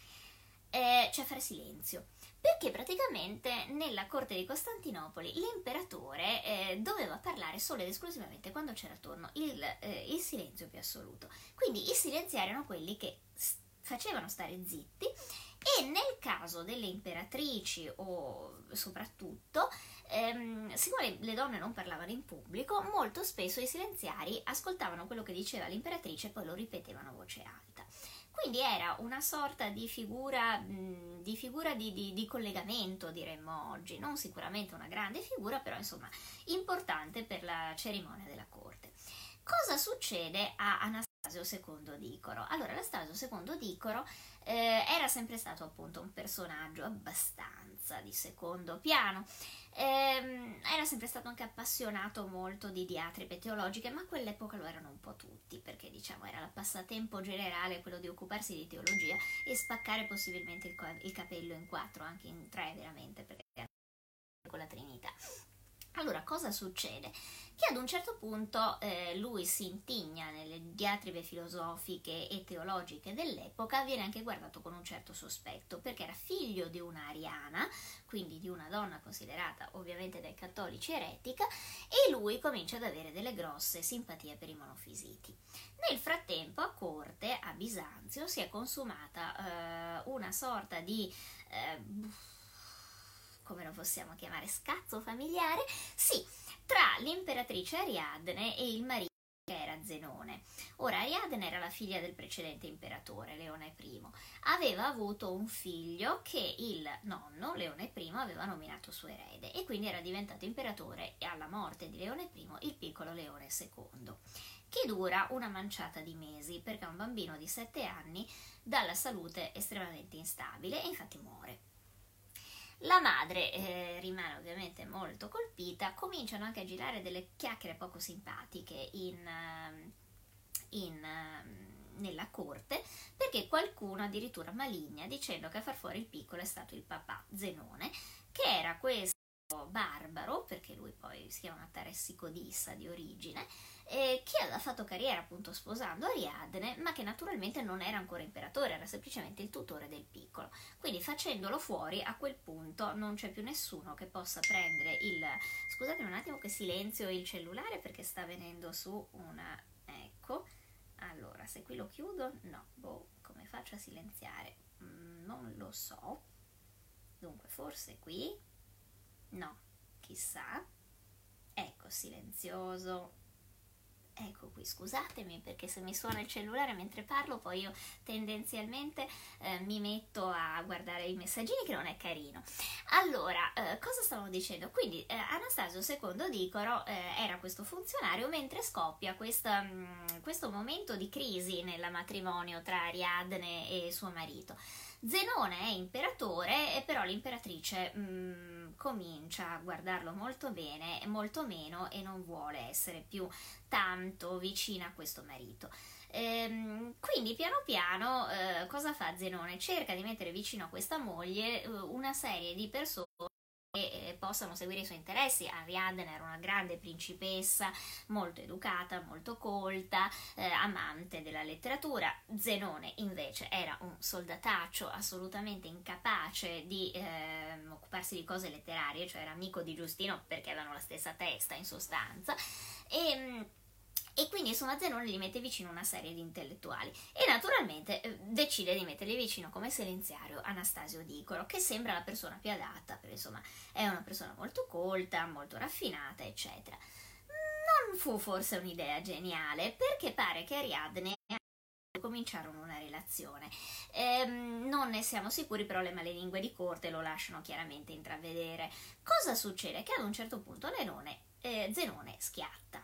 Speaker 1: eh, cioè fare silenzio, perché praticamente nella corte di Costantinopoli l'imperatore eh, doveva parlare solo ed esclusivamente quando c'era attorno il, eh, il silenzio più assoluto. Quindi i silenziari erano quelli che facevano stare zitti, e nel caso delle imperatrici o soprattutto, ehm, siccome le donne non parlavano in pubblico, molto spesso i silenziari ascoltavano quello che diceva l'imperatrice e poi lo ripetevano a voce alta. Quindi era una sorta di figura, mh, di, figura di, di, di collegamento, diremmo oggi, non sicuramente una grande figura, però insomma importante per la cerimonia della corte. Cosa succede a Anastasio secondo Dicoro. Allora, Anastasio secondo Dicoro eh, era sempre stato appunto un personaggio abbastanza di secondo piano. Ehm, era sempre stato anche appassionato molto di diatribe teologiche, ma a quell'epoca lo erano un po' tutti, perché diciamo era il passatempo generale quello di occuparsi di teologia e spaccare possibilmente il, co- il capello in quattro, anche in tre veramente, perché era con la Trinità. Allora, cosa succede? Che ad un certo punto eh, lui si intigna nelle diatribe filosofiche e teologiche dell'epoca, viene anche guardato con un certo sospetto, perché era figlio di una ariana, quindi di una donna considerata ovviamente dai cattolici eretica, e lui comincia ad avere delle grosse simpatie per i monofisiti. Nel frattempo a corte, a Bisanzio, si è consumata eh, una sorta di... Eh, come lo possiamo chiamare, scazzo familiare? Sì, tra l'imperatrice Ariadne e il marito che era Zenone. Ora, Ariadne era la figlia del precedente imperatore, Leone I. Aveva avuto un figlio che il nonno, Leone I, aveva nominato suo erede e quindi era diventato imperatore e alla morte di Leone I il piccolo Leone secondo, che dura una manciata di mesi perché è un bambino di sette anni dalla salute estremamente instabile e infatti muore. La madre eh, rimane ovviamente molto colpita, cominciano anche a girare delle chiacchiere poco simpatiche in, uh, in, uh, nella corte, perché qualcuno addirittura maligna dicendo che a far fuori il piccolo è stato il papà Zenone, che era questo barbaro, perché lui poi si chiama Taressicodissa di origine, eh, che aveva fatto carriera appunto sposando Ariadne, ma che naturalmente non era ancora imperatore, era semplicemente il tutore del piccolo. Quindi facendolo fuori, a quel punto non c'è più nessuno che possa prendere il... Scusate un attimo che silenzio il cellulare perché sta venendo su una... Ecco, allora se qui lo chiudo, no, boh, come faccio a silenziare? Mm, non lo so. Dunque, forse qui... No, chissà. Ecco, silenzioso. Ecco qui, scusatemi perché se mi suona il cellulare mentre parlo poi io tendenzialmente eh, mi metto a guardare i messaggini, che non è carino. Allora, eh, cosa stavamo dicendo? Quindi eh, Anastasio secondo Dicoro eh, era questo funzionario mentre scoppia questa, mh, questo momento di crisi nel matrimonio tra Ariadne e suo marito. Zenone è imperatore, e però l'imperatrice mh, comincia a guardarlo molto bene, molto meno, e non vuole essere più tanto vicina a questo marito. Ehm, quindi piano piano eh, cosa fa Zenone? Cerca di mettere vicino a questa moglie eh, una serie di persone che eh, possano seguire i suoi interessi. Ariadne era una grande principessa, molto educata, molto colta, eh, amante della letteratura. Zenone invece era un soldataccio assolutamente incapace di eh, occuparsi di cose letterarie, cioè era amico di Giustino perché avevano la stessa testa in sostanza, e E quindi insomma Zenone gli mette vicino una serie di intellettuali e naturalmente eh, decide di mettergli vicino come silenziario Anastasio Dicoro, che sembra la persona più adatta, perché insomma è una persona molto colta, molto raffinata, eccetera. Non fu forse un'idea geniale, perché pare che Ariadne cominciarono una relazione. Ehm, non ne siamo sicuri, però le malelingue di corte lo lasciano chiaramente intravedere. Cosa succede? Che ad un certo punto Lenone, eh, Zenone schiatta.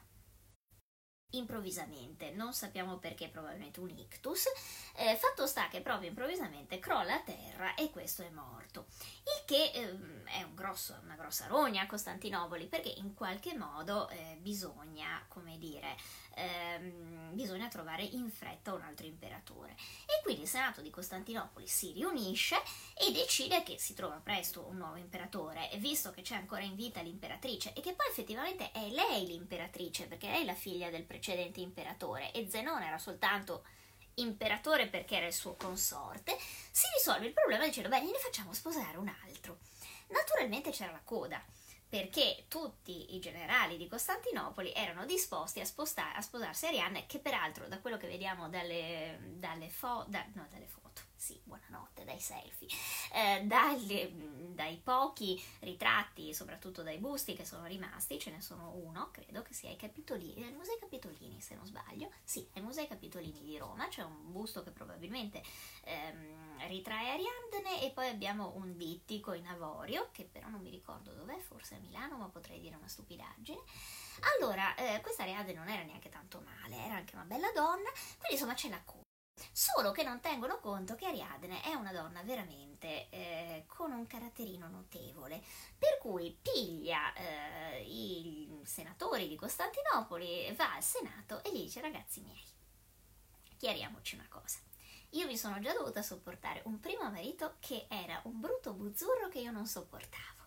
Speaker 1: Improvvisamente, non sappiamo perché, probabilmente un ictus, eh, fatto sta che proprio improvvisamente crolla a terra e questo è morto, il che eh, è un grosso, una grossa rogna a Costantinopoli, perché in qualche modo eh, bisogna, come dire, ehm, bisogna trovare in fretta un altro imperatore, e quindi il Senato di Costantinopoli si riunisce e decide che si trova presto un nuovo imperatore, e visto che c'è ancora in vita l'imperatrice e che poi effettivamente è lei l'imperatrice, perché lei è la figlia del precedente imperatore e Zenone era soltanto imperatore perché era il suo consorte, si risolve il problema dicendo: bene, ne facciamo sposare un altro. Naturalmente c'era la coda, perché tutti i generali di Costantinopoli erano disposti a, spostare, a sposarsi Ariadne, che peraltro, da quello che vediamo dalle, dalle, fo, da, no, dalle foto, sì, buonanotte, dai selfie, eh, dai, dai pochi ritratti, soprattutto dai busti che sono rimasti, ce ne sono uno, credo che sia ai Capitolini, ai Musei Capitolini se non sbaglio, sì, ai Musei Capitolini di Roma, c'è un busto che probabilmente ehm, ritrae Ariadne, e poi abbiamo un dittico in avorio, che però non mi ricordo dov'è, forse a Milano, ma potrei dire una stupidaggine. Allora, eh, questa Ariadne non era neanche tanto male, era anche una bella donna, quindi insomma c'è la corte. Solo che non tengono conto che Ariadne è una donna veramente eh, con un caratterino notevole, per cui piglia eh, i senatori di Costantinopoli, va al Senato e gli dice: ragazzi miei, chiariamoci una cosa. Io mi sono già dovuta sopportare un primo marito che era un brutto buzzurro che io non sopportavo.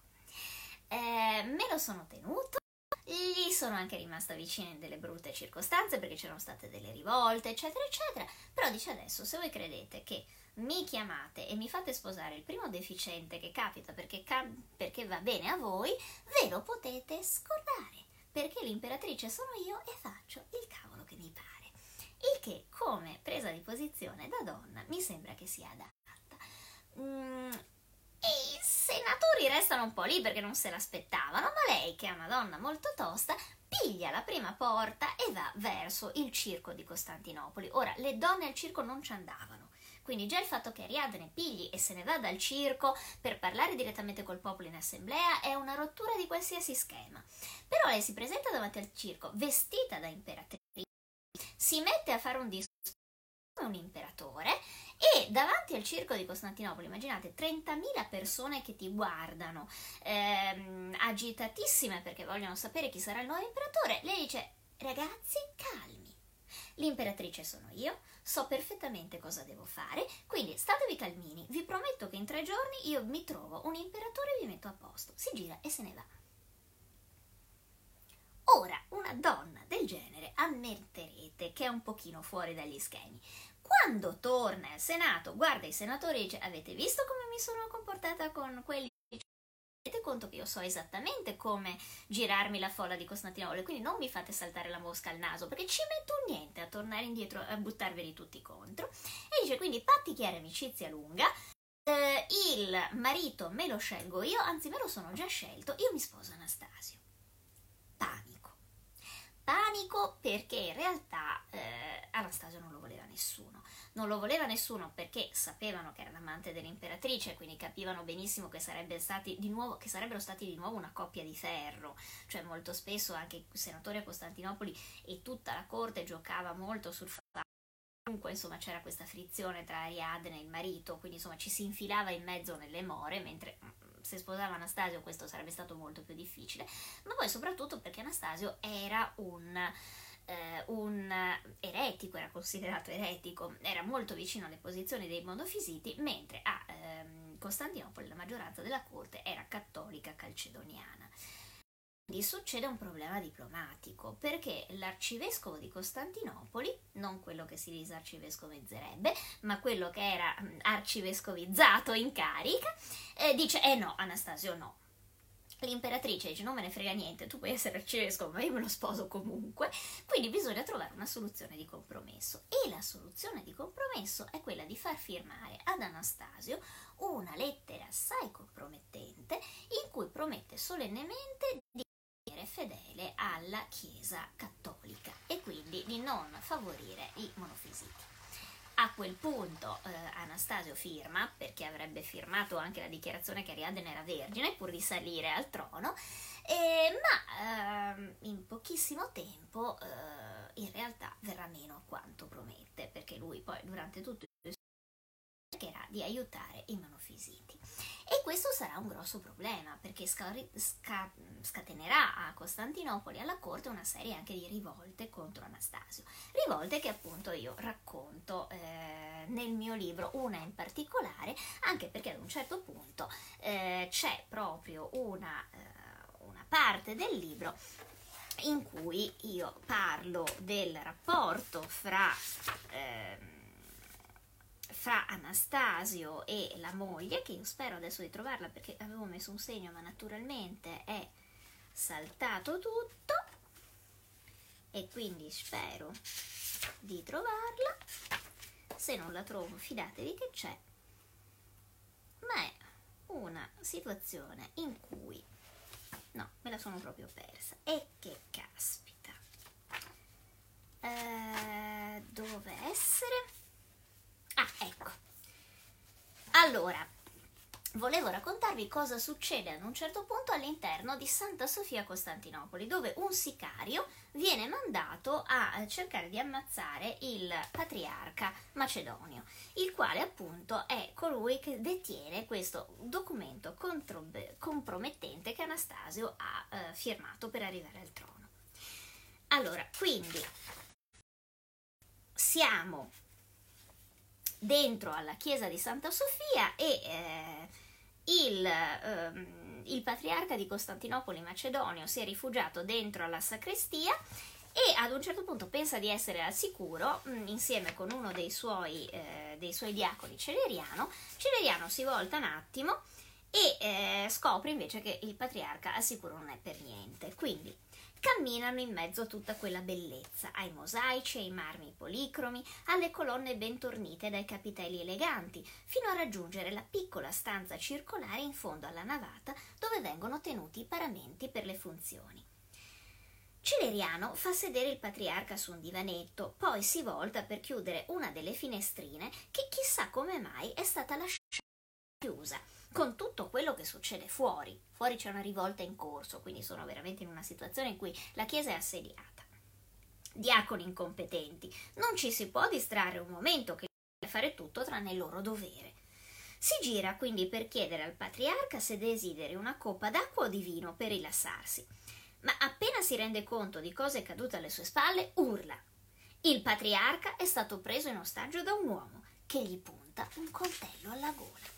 Speaker 1: Eh, me lo sono tenuto. Gli sono anche rimasta vicina in delle brutte circostanze perché c'erano state delle rivolte, eccetera, eccetera. Però dice: adesso, se voi credete che mi chiamate e mi fate sposare il primo deficiente che capita perché, ca- perché va bene a voi, ve lo potete scordare, perché l'imperatrice sono io e faccio il cavolo che mi pare. Il che, come presa di posizione da donna, mi sembra che sia adatta. Mm, E i senatori restano un po' lì perché non se l'aspettavano, ma lei, che è una donna molto tosta, piglia la prima porta e va verso il circo di Costantinopoli. Ora, le donne al circo non ci andavano, quindi già il fatto che Ariadne pigli e se ne va dal circo per parlare direttamente col popolo in assemblea è una rottura di qualsiasi schema. Però lei si presenta davanti al circo vestita da imperatrice, si mette a fare un discorso come un imperatore, e davanti al circo di Costantinopoli, immaginate, trentamila persone che ti guardano, ehm, agitatissime perché vogliono sapere chi sarà il nuovo imperatore. Lei dice: ragazzi, calmi, l'imperatrice sono io, so perfettamente cosa devo fare, quindi statevi calmini, vi prometto che in tre giorni io mi trovo un imperatore e vi metto a posto. Si gira e se ne va. Ora, una donna del genere ammetterete che è un pochino fuori dagli schemi. Quando torna al Senato, guarda i senatori e dice: avete visto come mi sono comportata con quelli? Tenete conto che io so esattamente come girarmi la folla di Costantinopoli, quindi non mi fate saltare la mosca al naso, perché ci metto un niente a tornare indietro, a buttarveli tutti contro. E dice: quindi patti chiari, amicizia lunga, eh, il marito me lo scelgo io, anzi me lo sono già scelto, io mi sposo Anastasio. Panico. Panico perché in realtà eh, Anastasio non lo voleva nessuno. Non lo voleva nessuno perché sapevano che era l'amante dell'imperatrice, quindi capivano benissimo che, sarebbe stati di nuovo, che sarebbero stati di nuovo una coppia di ferro. Cioè molto spesso anche i senatori a Costantinopoli e tutta la corte giocava molto sul fatto. Comunque insomma c'era questa frizione tra Ariadne e il marito, quindi insomma ci si infilava in mezzo nelle more, mentre se sposava Anastasio questo sarebbe stato molto più difficile, ma poi soprattutto perché Anastasio era un, eh, un eretico, era considerato eretico, era molto vicino alle posizioni dei monofisiti, mentre a ehm, Costantinopoli la maggioranza della corte era cattolica calcedoniana. Quindi succede un problema diplomatico, perché l'arcivescovo di Costantinopoli, non quello che si disarcivescovizzerebbe, ma quello che era arcivescovizzato in carica, eh, dice: eh no, Anastasio no. L'imperatrice dice: non me ne frega niente, tu puoi essere arcivescovo, ma io me lo sposo comunque, quindi bisogna trovare una soluzione di compromesso. E la soluzione di compromesso è quella di far firmare ad Anastasio una lettera assai compromettente in cui promette solennemente di essere fedele alla Chiesa cattolica e quindi di non favorire i monofisiti. A quel punto eh, Anastasio firma, perché avrebbe firmato anche la dichiarazione che Ariadne era vergine pur di salire al trono, eh, ma eh, in pochissimo tempo eh, in realtà verrà meno a quanto promette, perché lui poi durante tutto il cercherà di aiutare i monofisiti. E questo sarà un grosso problema, perché scari- sca- scatenerà a Costantinopoli, alla corte, una serie anche di rivolte contro Anastasio. Rivolte che appunto io racconto eh, nel mio libro, una in particolare, anche perché ad un certo punto eh, c'è proprio una, eh, una parte del libro in cui io parlo del rapporto fra... Eh, fra Anastasio e la moglie, che io spero adesso di trovarla perché avevo messo un segno ma naturalmente è saltato tutto, e quindi spero di trovarla. Se non la trovo, fidatevi che c'è, ma è una situazione in cui no, me la sono proprio persa. E che caspita, eh, dove essere? Ah, ecco. Allora, volevo raccontarvi cosa succede ad un certo punto all'interno di Santa Sofia Costantinopoli, dove un sicario viene mandato a cercare di ammazzare il patriarca macedonio, il quale appunto è colui che detiene questo documento contro- compromettente che Anastasio ha eh, firmato per arrivare al trono. Allora, quindi siamo dentro alla chiesa di Santa Sofia e eh, il, ehm, il patriarca di Costantinopoli Macedonio si è rifugiato dentro alla sacrestia e ad un certo punto pensa di essere al sicuro mh, insieme con uno dei suoi, eh, dei suoi diaconi, Celeriano. Celeriano si volta un attimo e eh, scopre invece che il patriarca al sicuro non è per niente, quindi camminano in mezzo a tutta quella bellezza, ai mosaici, ai marmi policromi, alle colonne ben tornite dai capitelli eleganti, fino a raggiungere la piccola stanza circolare in fondo alla navata dove vengono tenuti i paramenti per le funzioni. Celeriano fa sedere il patriarca su un divanetto, poi si volta per chiudere una delle finestrine che chissà come mai è stata lasciata chiusa, con tutto quello che succede fuori. Fuori c'è una rivolta in corso, quindi sono veramente in una situazione in cui la chiesa è assediata. Diaconi incompetenti, non ci si può distrarre un momento che fare tutto tranne il loro dovere. Si gira quindi per chiedere al patriarca se desideri una coppa d'acqua o di vino per rilassarsi, ma appena si rende conto di cosa è caduto alle sue spalle, urla. Il patriarca è stato preso in ostaggio da un uomo che gli punta un coltello alla gola.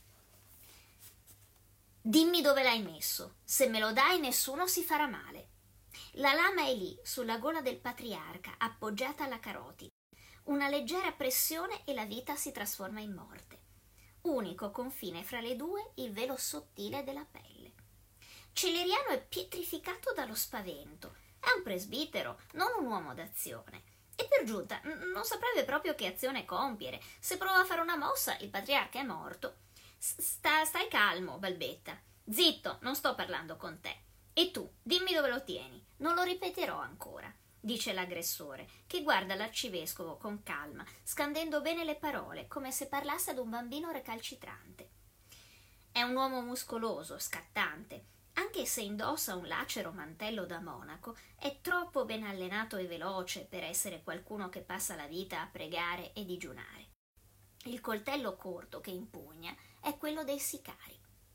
Speaker 1: Dimmi dove l'hai messo, se me lo dai nessuno si farà male. La lama è lì, sulla gola del patriarca, appoggiata alla carotide. Una leggera pressione e la vita si trasforma in morte. Unico confine fra le due, il velo sottile della pelle. Celeriano è pietrificato dallo spavento. È un presbitero, non un uomo d'azione. E per giunta n- non saprebbe proprio che azione compiere. Se prova a fare una mossa, il patriarca è morto. Sta, stai calmo, balbetta. Zitto, non sto parlando con te. E tu, dimmi dove lo tieni. Non lo ripeterò ancora, dice l'aggressore, che guarda l'arcivescovo con calma, scandendo bene le parole, come se parlasse ad un bambino recalcitrante. È un uomo muscoloso, scattante. Anche se indossa un lacero mantello da monaco, è troppo ben allenato e veloce per essere qualcuno che passa la vita a pregare e digiunare. Il coltello corto che impugna è quello dei sicari.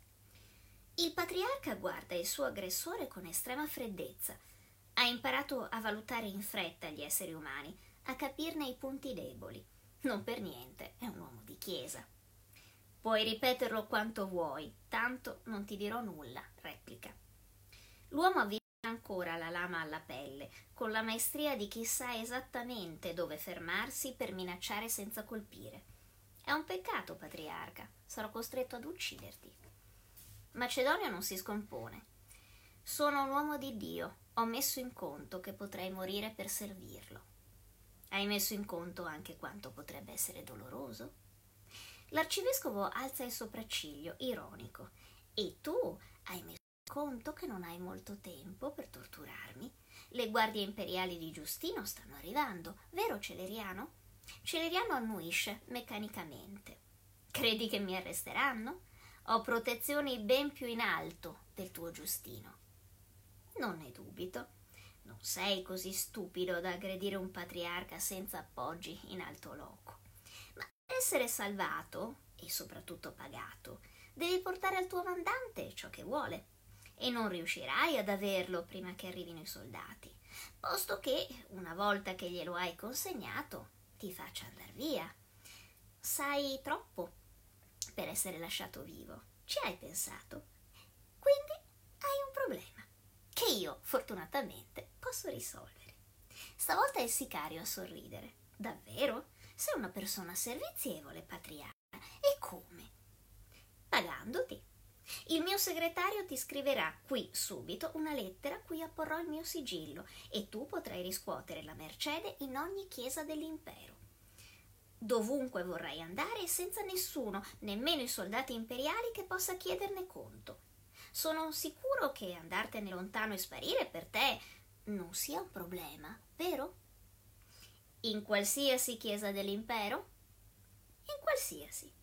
Speaker 1: Il patriarca guarda il suo aggressore con estrema freddezza. Ha imparato a valutare in fretta gli esseri umani, a capirne i punti deboli. Non per niente è un uomo di chiesa. Puoi ripeterlo quanto vuoi, tanto non ti dirò nulla, replica. L'uomo avvicina ancora la lama alla pelle, con la maestria di chi sa esattamente dove fermarsi per minacciare senza colpire. È un peccato, patriarca, sarò costretto ad ucciderti. Macedonio non si scompone. Sono un uomo di Dio, ho messo in conto che potrei morire per servirlo. Hai messo in conto anche quanto potrebbe essere doloroso? L'arcivescovo alza il sopracciglio, ironico. E tu hai messo in conto che non hai molto tempo per torturarmi? Le guardie imperiali di Giustino stanno arrivando, vero Celeriano? Celeriano annuisce meccanicamente. Credi che mi arresteranno? Ho protezioni ben più in alto del tuo Giustino. Non ne dubito. Non sei così stupido da aggredire un patriarca senza appoggi in alto loco. Ma per essere salvato, e soprattutto pagato, devi portare al tuo mandante ciò che vuole. E non riuscirai ad averlo prima che arrivino i soldati, posto che, una volta che glielo hai consegnato, ti faccia andar via. Sai troppo per essere lasciato vivo. Ci hai pensato? Quindi hai un problema che io, fortunatamente, posso risolvere. Stavolta il sicario a sorridere. Davvero? Sei una persona servizievole, patriarca. E come? Pagandoti. Il mio segretario ti scriverà qui subito una lettera a cui apporrò il mio sigillo e tu potrai riscuotere la mercede in ogni chiesa dell'impero. Dovunque vorrai andare senza nessuno, nemmeno i soldati imperiali, che possa chiederne conto. Sono sicuro che andartene lontano e sparire per te non sia un problema, vero? In qualsiasi chiesa dell'impero? In qualsiasi.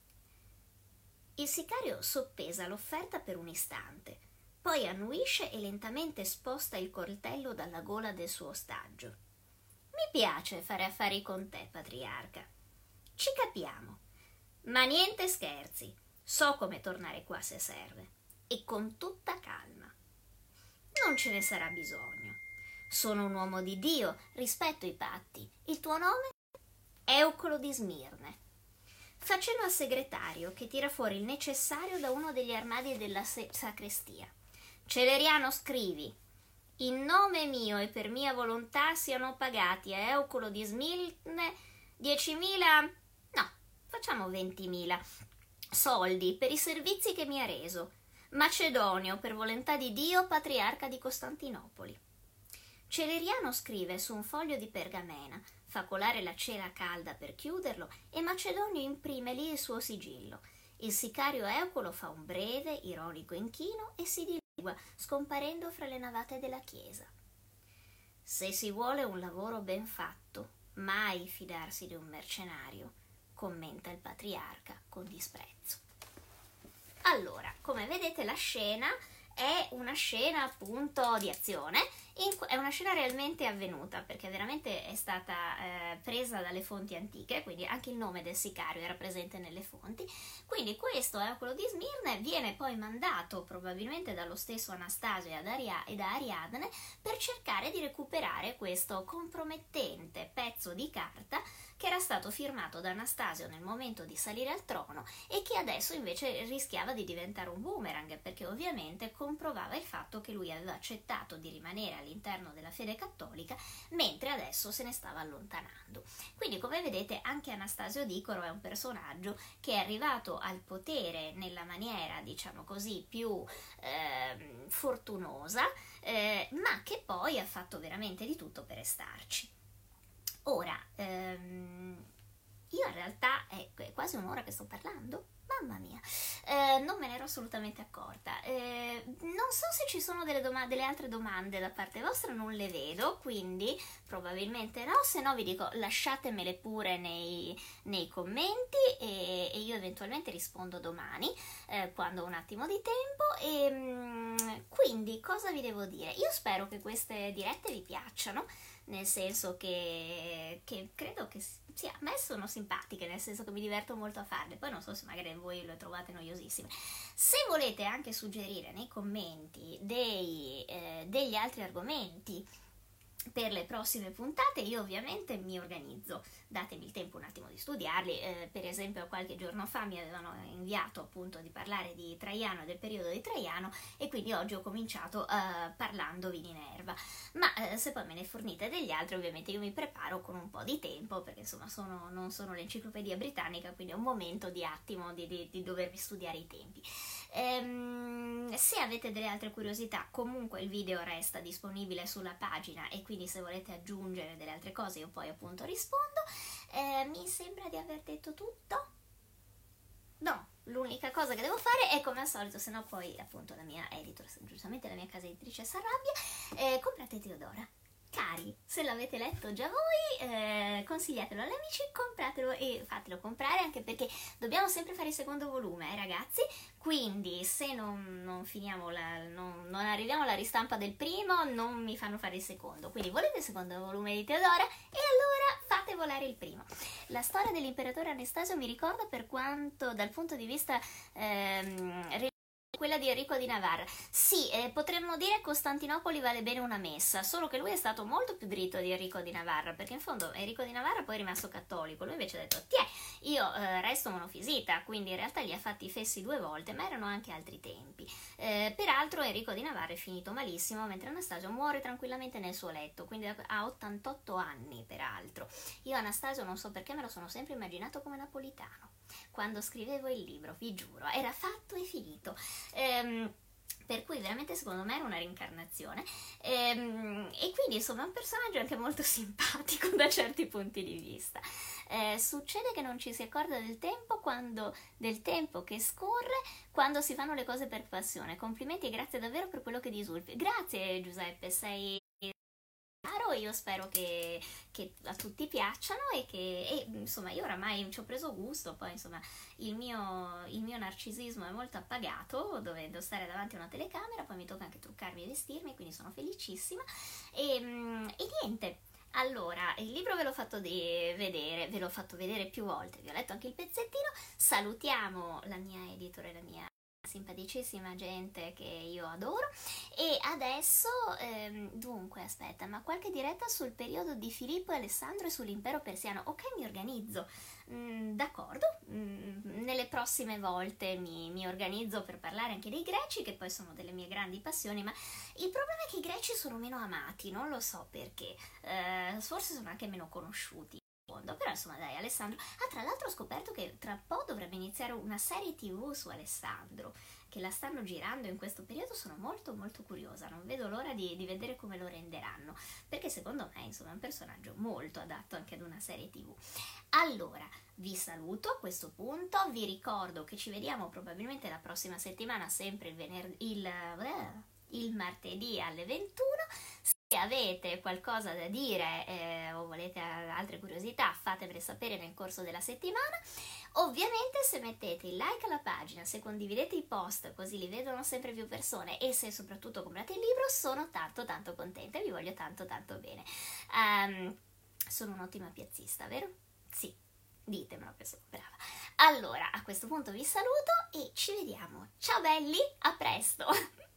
Speaker 1: Il sicario soppesa l'offerta per un istante, poi annuisce e lentamente sposta il coltello dalla gola del suo ostaggio. Mi piace fare affari con te, patriarca. Ci capiamo. Ma niente scherzi. So come tornare qua se serve. E con tutta calma. Non ce ne sarà bisogno. Sono un uomo di Dio, rispetto i patti. Il tuo nome? Eucolo di Smirne. Fa cenno al segretario, che tira fuori il necessario da uno degli armadi della se- sacrestia. Celeriano, scrivi: in nome mio e per mia volontà siano pagati a Eucolo di Smirne diecimila, no, facciamo ventimila soldi per i servizi che mi ha reso. Macedonio, per volontà di Dio, patriarca di Costantinopoli. Celeriano scrive su un foglio di pergamena, fa colare la cera calda per chiuderlo e Macedonio imprime lì il suo sigillo. Il sicario Eucolo fa un breve, ironico inchino e si dilegua, scomparendo fra le navate della chiesa. Se si vuole un lavoro ben fatto, mai fidarsi di un mercenario, commenta il patriarca con disprezzo. Allora, come vedete, la scena è una scena appunto di azione, in, è una scena realmente avvenuta, perché veramente è stata eh, presa dalle fonti antiche, quindi anche il nome del sicario era presente nelle fonti. Quindi questo Eucolo di Smirne viene poi mandato probabilmente dallo stesso Anastasio e, ad Aria- e da Ariadne per cercare di recuperare questo compromettente pezzo di carta che era stato firmato da Anastasio nel momento di salire al trono e che adesso invece rischiava di diventare un boomerang, perché ovviamente comprovava il fatto che lui aveva accettato di rimanere all'interno della fede cattolica, mentre adesso se ne stava allontanando. Quindi, come vedete, anche Anastasio Dicoro è un personaggio che è arrivato al potere nella maniera, diciamo così, più eh, fortunosa, eh, ma che poi ha fatto veramente di tutto per restarci. Ora, ehm, io in realtà è quasi un'ora che sto parlando, mamma mia, eh, non me ne ero assolutamente accorta. Eh, non so se ci sono delle, doma- delle altre domande da parte vostra, non le vedo, quindi probabilmente no, se no vi dico lasciatemele pure nei, nei commenti e, e io eventualmente rispondo domani, eh, quando ho un attimo di tempo. E mm, quindi cosa vi devo dire? Io spero che queste dirette vi piacciono, nel senso che, che credo che sia, a me sono simpatiche, nel senso che mi diverto molto a farle, poi non so se magari voi le trovate noiosissime. Se volete anche suggerire nei commenti dei, eh, degli altri argomenti per le prossime puntate, io ovviamente mi organizzo, datemi il tempo un attimo di studiarli. Eh, per esempio qualche giorno fa mi avevano inviato appunto di parlare di Traiano e del periodo di Traiano e quindi oggi ho cominciato uh, parlandovi di Nerva, ma uh, se poi me ne fornite degli altri ovviamente io mi preparo con un po' di tempo, perché insomma sono, non sono l'enciclopedia britannica, quindi è un momento di attimo di, di, di dovervi studiare i tempi. Ehm, se avete delle altre curiosità, comunque il video resta disponibile sulla pagina e quindi se volete aggiungere delle altre cose io poi appunto rispondo. Eh, mi sembra di aver detto tutto. No, l'unica cosa che devo fare è, come al solito, se no poi appunto la mia editor, giustamente la mia casa editrice si arrabbia, eh, comprate Teodora. Cari, se l'avete letto già voi, eh, consigliatelo agli amici, compratelo e fatelo comprare, anche perché dobbiamo sempre fare il secondo volume, eh, ragazzi, quindi se non, non finiamo la, non, non arriviamo alla ristampa del primo, non mi fanno fare il secondo. Quindi volete il secondo volume di Teodora e allora fate volare il primo. La storia dell'imperatore Anastasio mi ricorda, per quanto dal punto di vista ehm, quella di Enrico di Navarra. Sì, eh, potremmo dire che Costantinopoli vale bene una messa, solo che lui è stato molto più dritto di Enrico di Navarra, perché in fondo Enrico di Navarra poi è rimasto cattolico, lui invece ha detto tiè, io eh, resto monofisita, quindi in realtà li ha fatti i fessi due volte, ma erano anche altri tempi. Eh, peraltro Enrico di Navarra è finito malissimo, mentre Anastasio muore tranquillamente nel suo letto, quindi ha ottantotto anni peraltro. Io Anastasio non so perché me lo sono sempre immaginato come napolitano quando scrivevo il libro, vi giuro, era fatto e finito. Ehm, per cui veramente secondo me era una reincarnazione, ehm, e quindi insomma è un personaggio anche molto simpatico da certi punti di vista. Eh, succede che non ci si accorga del tempo quando, del tempo che scorre quando si fanno le cose per passione. Complimenti e grazie davvero per quello che disulpi. Grazie Giuseppe, sei caro, io spero che, che a tutti piacciono e che e, insomma io oramai ci ho preso gusto, poi insomma il mio, il mio narcisismo è molto appagato dovendo stare davanti a una telecamera, poi mi tocca anche truccarmi e vestirmi, quindi sono felicissima e, e niente. Allora, il libro ve l'ho fatto de- vedere, ve l'ho fatto vedere più volte, vi ho letto anche il pezzettino, salutiamo la mia editore, la mia simpaticissima gente che io adoro e adesso ehm, dunque aspetta, ma qualche diretta sul periodo di Filippo e Alessandro e sull'impero persiano? Ok, mi organizzo. Mm, d'accordo. Mm, nelle prossime volte mi, mi organizzo per parlare anche dei greci, che poi sono delle mie grandi passioni, ma il problema è che i greci sono meno amati, non lo so perché. Eh, forse sono anche meno conosciuti. Però insomma dai, Alessandro. Ah, tra l'altro ho scoperto che tra un po' dovrebbe iniziare una serie tv su Alessandro, che la stanno girando in questo periodo. Sono molto molto curiosa, non vedo l'ora di, di vedere come lo renderanno, perché secondo me insomma è un personaggio molto adatto anche ad una serie tv. Allora, vi saluto a questo punto, vi ricordo che ci vediamo probabilmente la prossima settimana, sempre il venerdì, il, eh, il martedì alle ventuno. Se avete qualcosa da dire eh, o volete altre curiosità, fatemele sapere nel corso della settimana. Ovviamente se mettete il like alla pagina, se condividete i post così li vedono sempre più persone e se soprattutto comprate il libro, sono tanto tanto contenta e vi voglio tanto tanto bene. Um, sono un'ottima piazzista, vero? Sì, ditemelo che sono brava. Allora, a questo punto vi saluto e ci vediamo. Ciao belli, a presto!